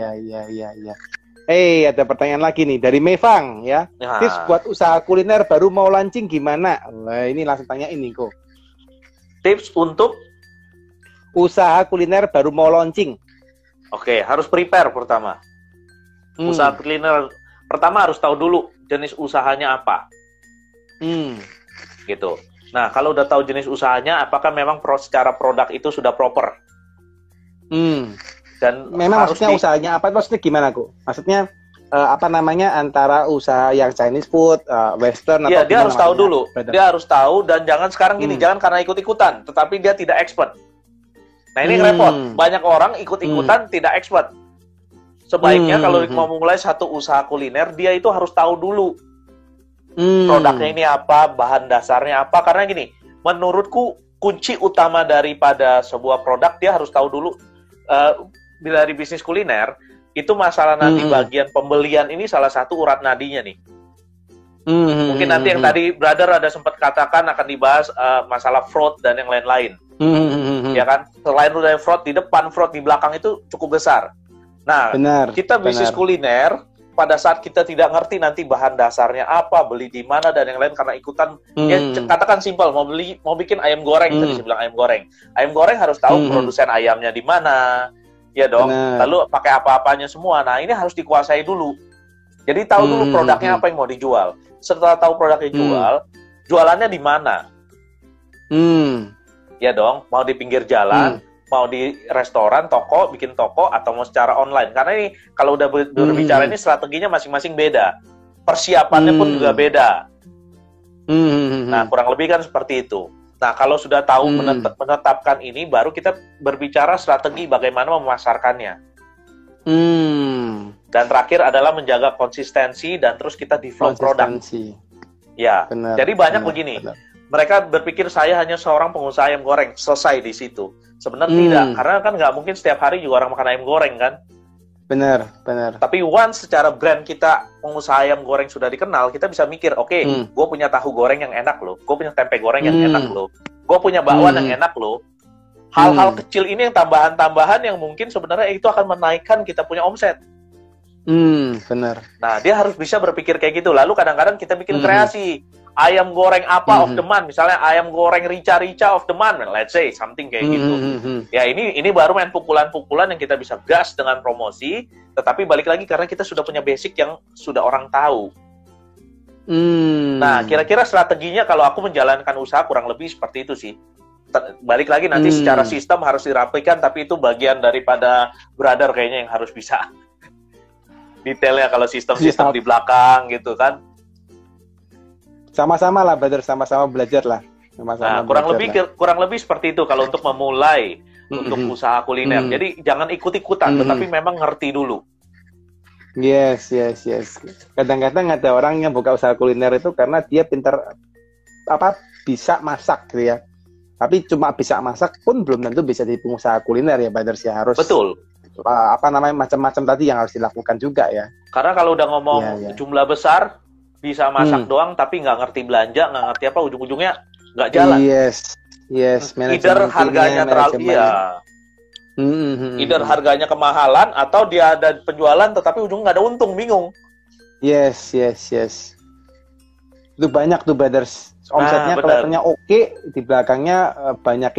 Ada pertanyaan lagi nih dari Mevang ya. Tips buat usaha kuliner baru mau launching gimana? Nah, ini langsung tanya ini kok. Tips untuk usaha kuliner baru mau launching. Oke, harus prepare pertama. Usaha kuliner pertama harus tahu dulu jenis usahanya apa. Gitu. Nah, kalau udah tahu jenis usahanya, apakah memang secara produk itu sudah proper? Dan memang maksudnya usahanya apa? Maksudnya gimana kok? Maksudnya antara usaha yang Chinese food, Western atau dia harus tahu dulu. Dia harus tahu dan jangan sekarang gini, jangan karena ikut-ikutan, tetapi dia tidak expert. Nah ini repot. Banyak orang ikut-ikutan tidak expert. Sebaiknya kalau mau mulai satu usaha kuliner, dia itu harus tahu dulu produknya ini apa, bahan dasarnya apa. Karena gini, menurutku kunci utama daripada sebuah produk dia harus tahu dulu. Bila dari bisnis kuliner itu masalah nanti bagian pembelian ini salah satu urat nadinya nih. Mungkin nanti yang tadi brother ada sempat katakan akan dibahas masalah fraud dan yang lain-lain. Ya kan? Selain dari fraud di depan, fraud di belakang itu cukup besar. Nah, kita bisnis kuliner pada saat kita tidak ngerti nanti bahan dasarnya apa, beli di mana dan yang lain karena ikutan. Ya katakan simpel, mau bikin ayam goreng, tadi saya bilang ayam goreng. Ayam goreng harus tahu produsen ayamnya di mana. Ya dong, lalu pakai apa-apanya semua. Nah, ini harus dikuasai dulu. Jadi tahu dulu produknya apa yang mau dijual. Setelah tahu produknya jualannya di mana? Ya dong, mau di pinggir jalan, mau di restoran, toko, bikin toko, atau mau secara online. Karena ini kalau udah berbicara ini strateginya masing-masing beda. Persiapannya pun juga beda. Nah, kurang lebih kan seperti itu. Nah, kalau sudah tahu menetapkan ini, baru kita berbicara strategi bagaimana memasarkannya. Dan terakhir adalah menjaga konsistensi dan terus kita develop produk. Ya, jadi banyak begini. Mereka berpikir saya hanya seorang pengusaha ayam goreng, selesai di situ. Sebenarnya tidak, karena kan nggak mungkin setiap hari juga orang makan ayam goreng kan. Benar. Tapi once secara brand kita pengusaha ayam goreng sudah dikenal, kita bisa mikir, oke, gue punya tahu goreng yang enak loh, gue punya tempe goreng yang enak loh, gue punya bakwan yang enak loh. Hal-hal kecil ini yang tambahan-tambahan yang mungkin sebenarnya itu akan menaikkan kita punya omset. Benar. Nah, dia harus bisa berpikir kayak gitu. Lalu kadang-kadang kita bikin kreasi. Ayam goreng apa of the month, misalnya ayam goreng rica-rica of the month, let's say something kayak gitu. Ya ini baru main pukulan-pukulan yang kita bisa gas dengan promosi, tetapi balik lagi karena kita sudah punya basic yang sudah orang tahu. Nah, kira-kira strateginya kalau aku menjalankan usaha kurang lebih seperti itu sih. Balik lagi nanti secara sistem harus dirapikan, tapi itu bagian daripada brother kayaknya yang harus bisa detailnya kalau sistem di belakang gitu kan. Sama-sama lah, brother, sama-sama belajar lah. Sama-sama kurang lebih seperti itu kalau untuk memulai untuk usaha kuliner. Jadi jangan ikut-ikutan, tetapi memang ngerti dulu. Yes. Kadang-kadang ada orang yang buka usaha kuliner itu karena dia pintar bisa masak gitu ya. Tapi cuma bisa masak pun belum tentu bisa jadi pengusaha kuliner ya, brother, sih harus. Betul. Macam-macam tadi yang harus dilakukan juga ya. Karena kalau udah ngomong jumlah besar, bisa masak doang tapi nggak ngerti belanja, nggak ngerti apa, ujung-ujungnya nggak jalan. Yes. Either harganya terlalu either harganya kemahalan atau dia ada penjualan tetapi ujung nggak ada untung, bingung. Yes. Itu banyak tuh, brothers. Omsetnya kelihatannya oke, di belakangnya banyak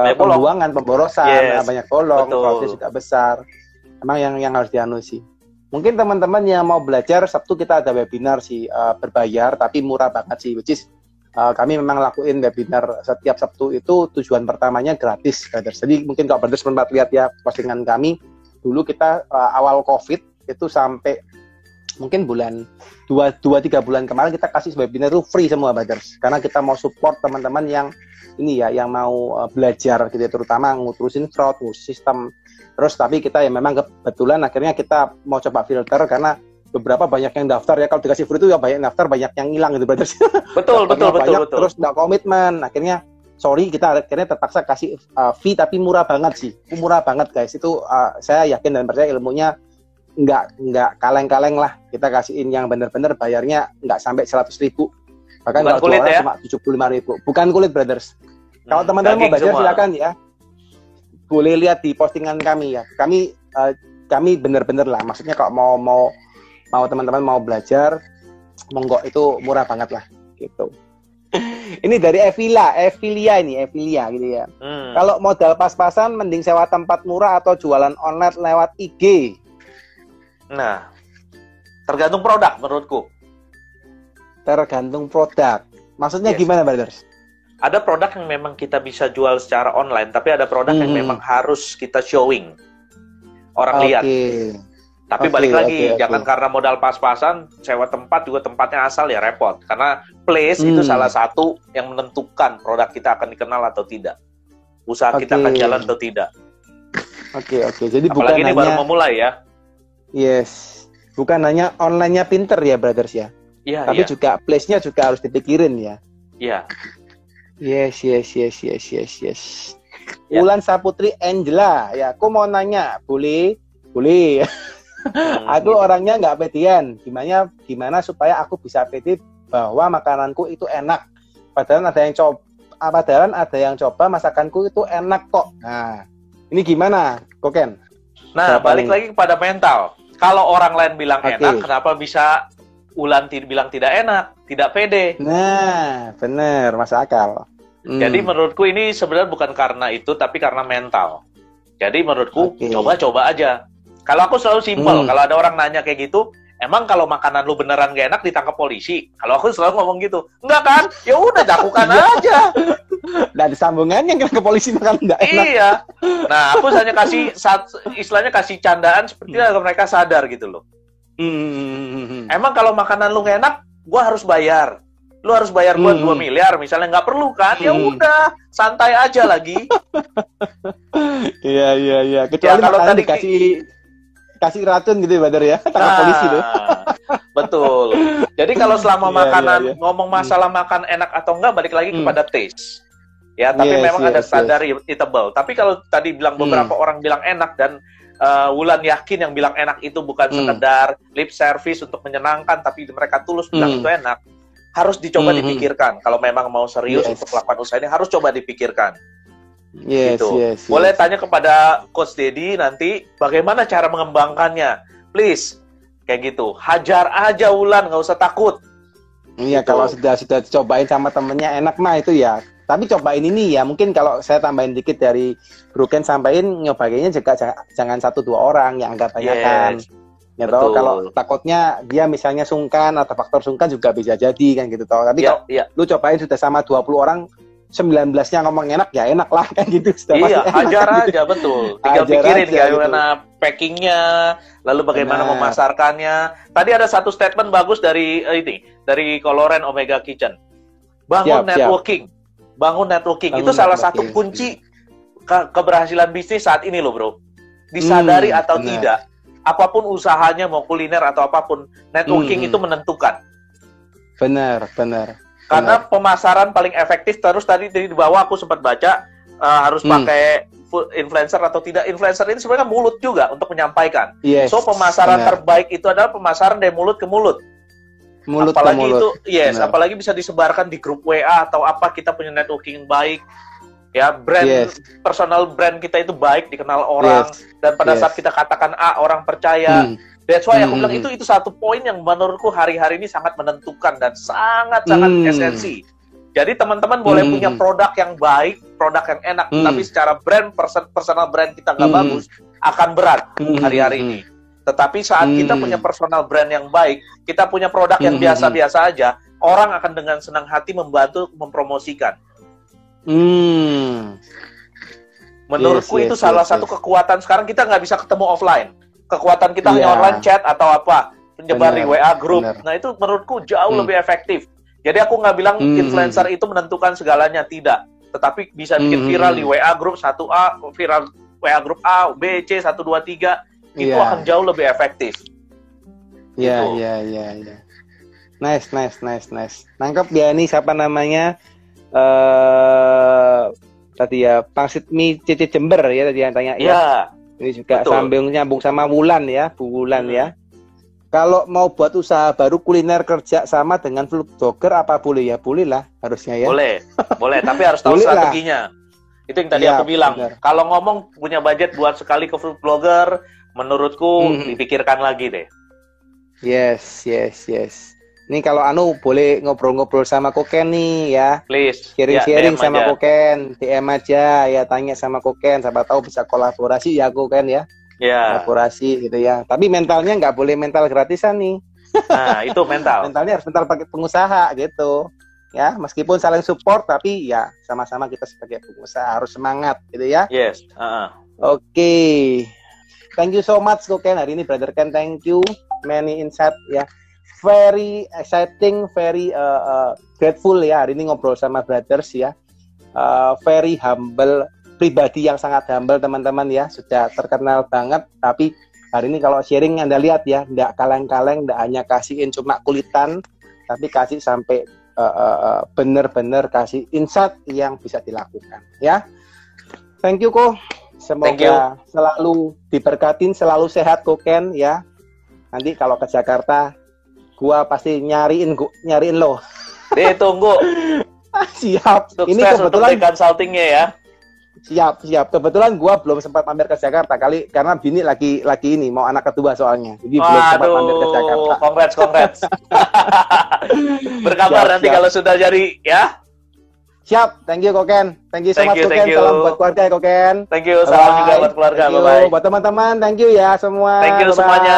pembuangan, pemborosan, banyak bolong, profit juga besar. Emang yang harus dianu sih. Mungkin teman-teman yang mau belajar, Sabtu kita ada webinar sih, berbayar tapi murah banget sih, which is kami memang lakuin webinar setiap Sabtu itu tujuan pertamanya gratis, brothers. Jadi mungkin kalau brothers sempat lihat ya postingan kami, dulu kita awal COVID itu sampai mungkin bulan 2-3 bulan kemarin kita kasih webinar itu free semua, brothers. Karena kita mau support teman-teman yang ini ya, yang mau belajar gitu ya, terutama ngurusin fraud, sistem. Terus tapi kita ya memang kebetulan akhirnya kita mau coba filter karena beberapa banyak yang daftar ya, kalau dikasih free itu ya banyak daftar, banyak yang hilang gitu, brothers. Betul. Terus nggak komitmen, akhirnya sorry kita akhirnya terpaksa kasih fee tapi murah banget sih, murah banget guys. Itu saya yakin dan percaya ilmunya nggak kaleng-kaleng lah, kita kasihin yang benar-benar bayarnya nggak sampai 100.000, bahkan bukan kalau kulit jualan ya? cuma 75.000, bukan kulit, brothers. Kalau teman-teman mau belajar silakan ya, boleh lihat di postingan kami ya. Kami benar-benar lah, maksudnya kalau mau teman-teman mau belajar, monggo, itu murah banget lah gitu. Ini dari Evilia gitu ya. Kalau modal pas-pasan mending sewa tempat murah atau jualan online lewat IG. Nah, tergantung produk menurutku. Tergantung produk. Maksudnya gimana, brothers? Ada produk yang memang kita bisa jual secara online, tapi ada produk yang memang harus kita showing. Orang lihat. Tapi balik lagi, jangan karena modal pas-pasan, sewa tempat juga tempatnya asal ya repot. Karena place itu salah satu yang menentukan produk kita akan dikenal atau tidak. Usaha kita akan jalan atau tidak. Oke. Jadi apalagi bukan ini baru memulai ya. Yes. Bukan hanya online-nya pinter ya, brothers ya. Iya. Tapi juga place-nya juga harus dipikirin ya. Iya. Yes. Wulan Saputri Angela, ya aku mau nanya, boleh? Aku orangnya nggak pedean, gimana supaya aku bisa pede bahwa makananku itu enak, padahal ada yang coba masakanku itu enak kok. Nah, ini gimana, Koken? Nah, balik lagi kepada mental. Kalau orang lain bilang enak, kenapa bisa Wulan bilang tidak enak, tidak pede? Nah, bener, masuk akal. Jadi menurutku ini sebenarnya bukan karena itu, tapi karena mental. Jadi menurutku coba-coba aja. Kalau aku selalu simpel, kalau ada orang nanya kayak gitu, emang kalau makanan lu beneran gak enak ditangkap polisi? Kalau aku selalu ngomong gitu, enggak kan? Ya udah lakukan aja. Nah, ada sambungannya ke polisi makan enggak enak. Iya. Nah, aku hanya istilahnya kasih candaan seperti agar mereka sadar gitu loh. Emang kalau makanan lu gak enak, gua harus bayar. Lu harus bayar gua 2 miliar misalnya, nggak perlu kan? Ya udah, santai aja lagi. Iya. Kecuali kalau tadi kasih racun gitu ya, Badar ya. Tangkap polisi tuh. Betul. Jadi kalau selama makanan ngomong masalah makan enak atau enggak, balik lagi kepada taste. Ya, tapi memang ada standar eatable. Tapi kalau tadi bilang beberapa orang bilang enak dan Wulan yakin yang bilang enak itu bukan sekedar lip service untuk menyenangkan, tapi mereka tulus bilang itu enak. Harus dicoba dipikirkan. Kalau memang mau serius untuk melakukan usaha ini, harus coba dipikirkan. Gitu. Boleh tanya kepada Coach Dedi nanti bagaimana cara mengembangkannya. Please, kayak gitu. Hajar aja Wulan, nggak usah takut. Iya, gitu. Kalau sudah cobain sama temennya enak mah itu ya. Tapi cobain ini ya, mungkin kalau saya tambahin dikit dari Bro Ken, sampaikan nyobainnya juga jangan 1-2 orang yang agak banyakan. Ya toh, kalau takutnya dia misalnya sungkan atau faktor sungkan juga bisa jadi kan gitu toh. Tapi kalau lu cobain sudah sama 20 orang, 19-nya ngomong enak ya enak lah kan gitu. Iya, hajar aja betul. Tinggal pikirin bagaimana packingnya, lalu bagaimana memasarkannya. Tadi ada satu statement bagus dari Coloren Omega Kitchen. Bangun networking. Bangun networking itu salah satu kunci keberhasilan bisnis saat ini loh, Bro. Disadari atau tidak. Apapun usahanya, mau kuliner atau apapun, networking itu menentukan. Benar. Karena pemasaran paling efektif, terus tadi di bawah aku sempat baca, harus pakai influencer atau tidak. Influencer ini sebenarnya mulut juga untuk menyampaikan. So, pemasaran terbaik itu adalah pemasaran dari mulut ke mulut. Apalagi bisa disebarkan di grup WA atau apa, kita punya networking baik. Ya, personal brand kita itu baik, dikenal orang, dan pada saat kita katakan A, orang percaya. That's why aku bilang itu satu poin yang menurutku hari-hari ini sangat menentukan dan sangat-sangat esensi. Jadi teman-teman boleh punya produk yang baik, produk yang enak, tapi secara brand, personal brand kita nggak bagus, akan berat hari-hari ini. Tetapi saat kita punya personal brand yang baik, kita punya produk yang biasa-biasa aja, orang akan dengan senang hati membantu mempromosikan. Menurutku itu salah satu kekuatan. Sekarang kita nggak bisa ketemu offline. Kekuatan kita hanya online chat atau apa, penyebar di WA group. Nah itu menurutku jauh lebih efektif. Jadi aku nggak bilang influencer itu menentukan segalanya, tidak. Tetapi bisa bikin viral di WA group 1A, viral WA group A, B, C, 1, 2, 3. Itu akan jauh lebih efektif. Iya. Nice. Nangkep ya, ini siapa namanya? Tadi ya Pangsitmi Cici Jember ya tadi yang tanya ya. Ini juga nyambung sama Wulan ya, Bu Wulan ya. Kalau mau buat usaha baru kuliner kerja sama dengan food blogger apa boleh ya? Boleh lah harusnya ya. Boleh, tapi harus tahu strateginya. Itu yang tadi aku bilang. Bener. Kalau ngomong punya budget buat sekali ke food blogger, menurutku dipikirkan lagi deh. Yes. Ini kalau boleh ngobrol-ngobrol sama Koken nih ya. Please. Sharing-sharing sama Koken, DM aja ya, tanya sama Koken, siapa tahu bisa kolaborasi ya Koken ya. Kolaborasi gitu ya. Tapi mentalnya nggak boleh mental gratisan nih. Nah, itu mental. Mentalnya harus mental pakai pengusaha gitu. Ya, meskipun saling support tapi ya sama-sama kita sebagai pengusaha harus semangat gitu ya. Yes. Oke. Thank you so much Koken hari ini Brother Ken, thank you. Many insight ya. Very exciting, very grateful ya hari ini ngobrol sama brothers ya. Very humble, pribadi yang sangat humble teman-teman ya, sudah terkenal banget. Tapi hari ini kalau sharing Anda lihat ya, nggak kaleng-kaleng, nggak hanya kasihin cuma kulitan, tapi kasih sampai bener-bener kasih insight yang bisa dilakukan ya. Thank you Ko, semoga selalu diberkatin, selalu sehat Koken ya. Nanti kalau ke Jakarta gua pasti nyariin lo. Tunggu. Siap. Sukses ini kebetulan consultingnya ya. Siap. Kebetulan gua belum sempat mampir ke Jakarta karena bini lagi ini mau anak kedua soalnya. Jadi belum sempat mampir ke Jakarta. Congrats. Berkabar nanti kalau sudah jadi ya. Siap. Thank you Koken. Thank you so much Koken. Salam buat keluarga ya Koken. Thank you. Salam juga buat keluarga. Bye-bye. Buat teman-teman, thank you ya semua. Thank you semuanya.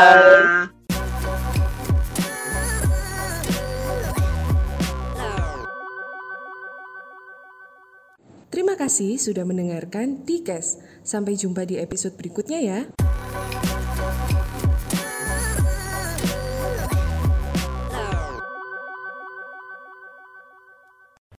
Terima kasih sudah mendengarkan T-Cast. Sampai jumpa di episode berikutnya ya.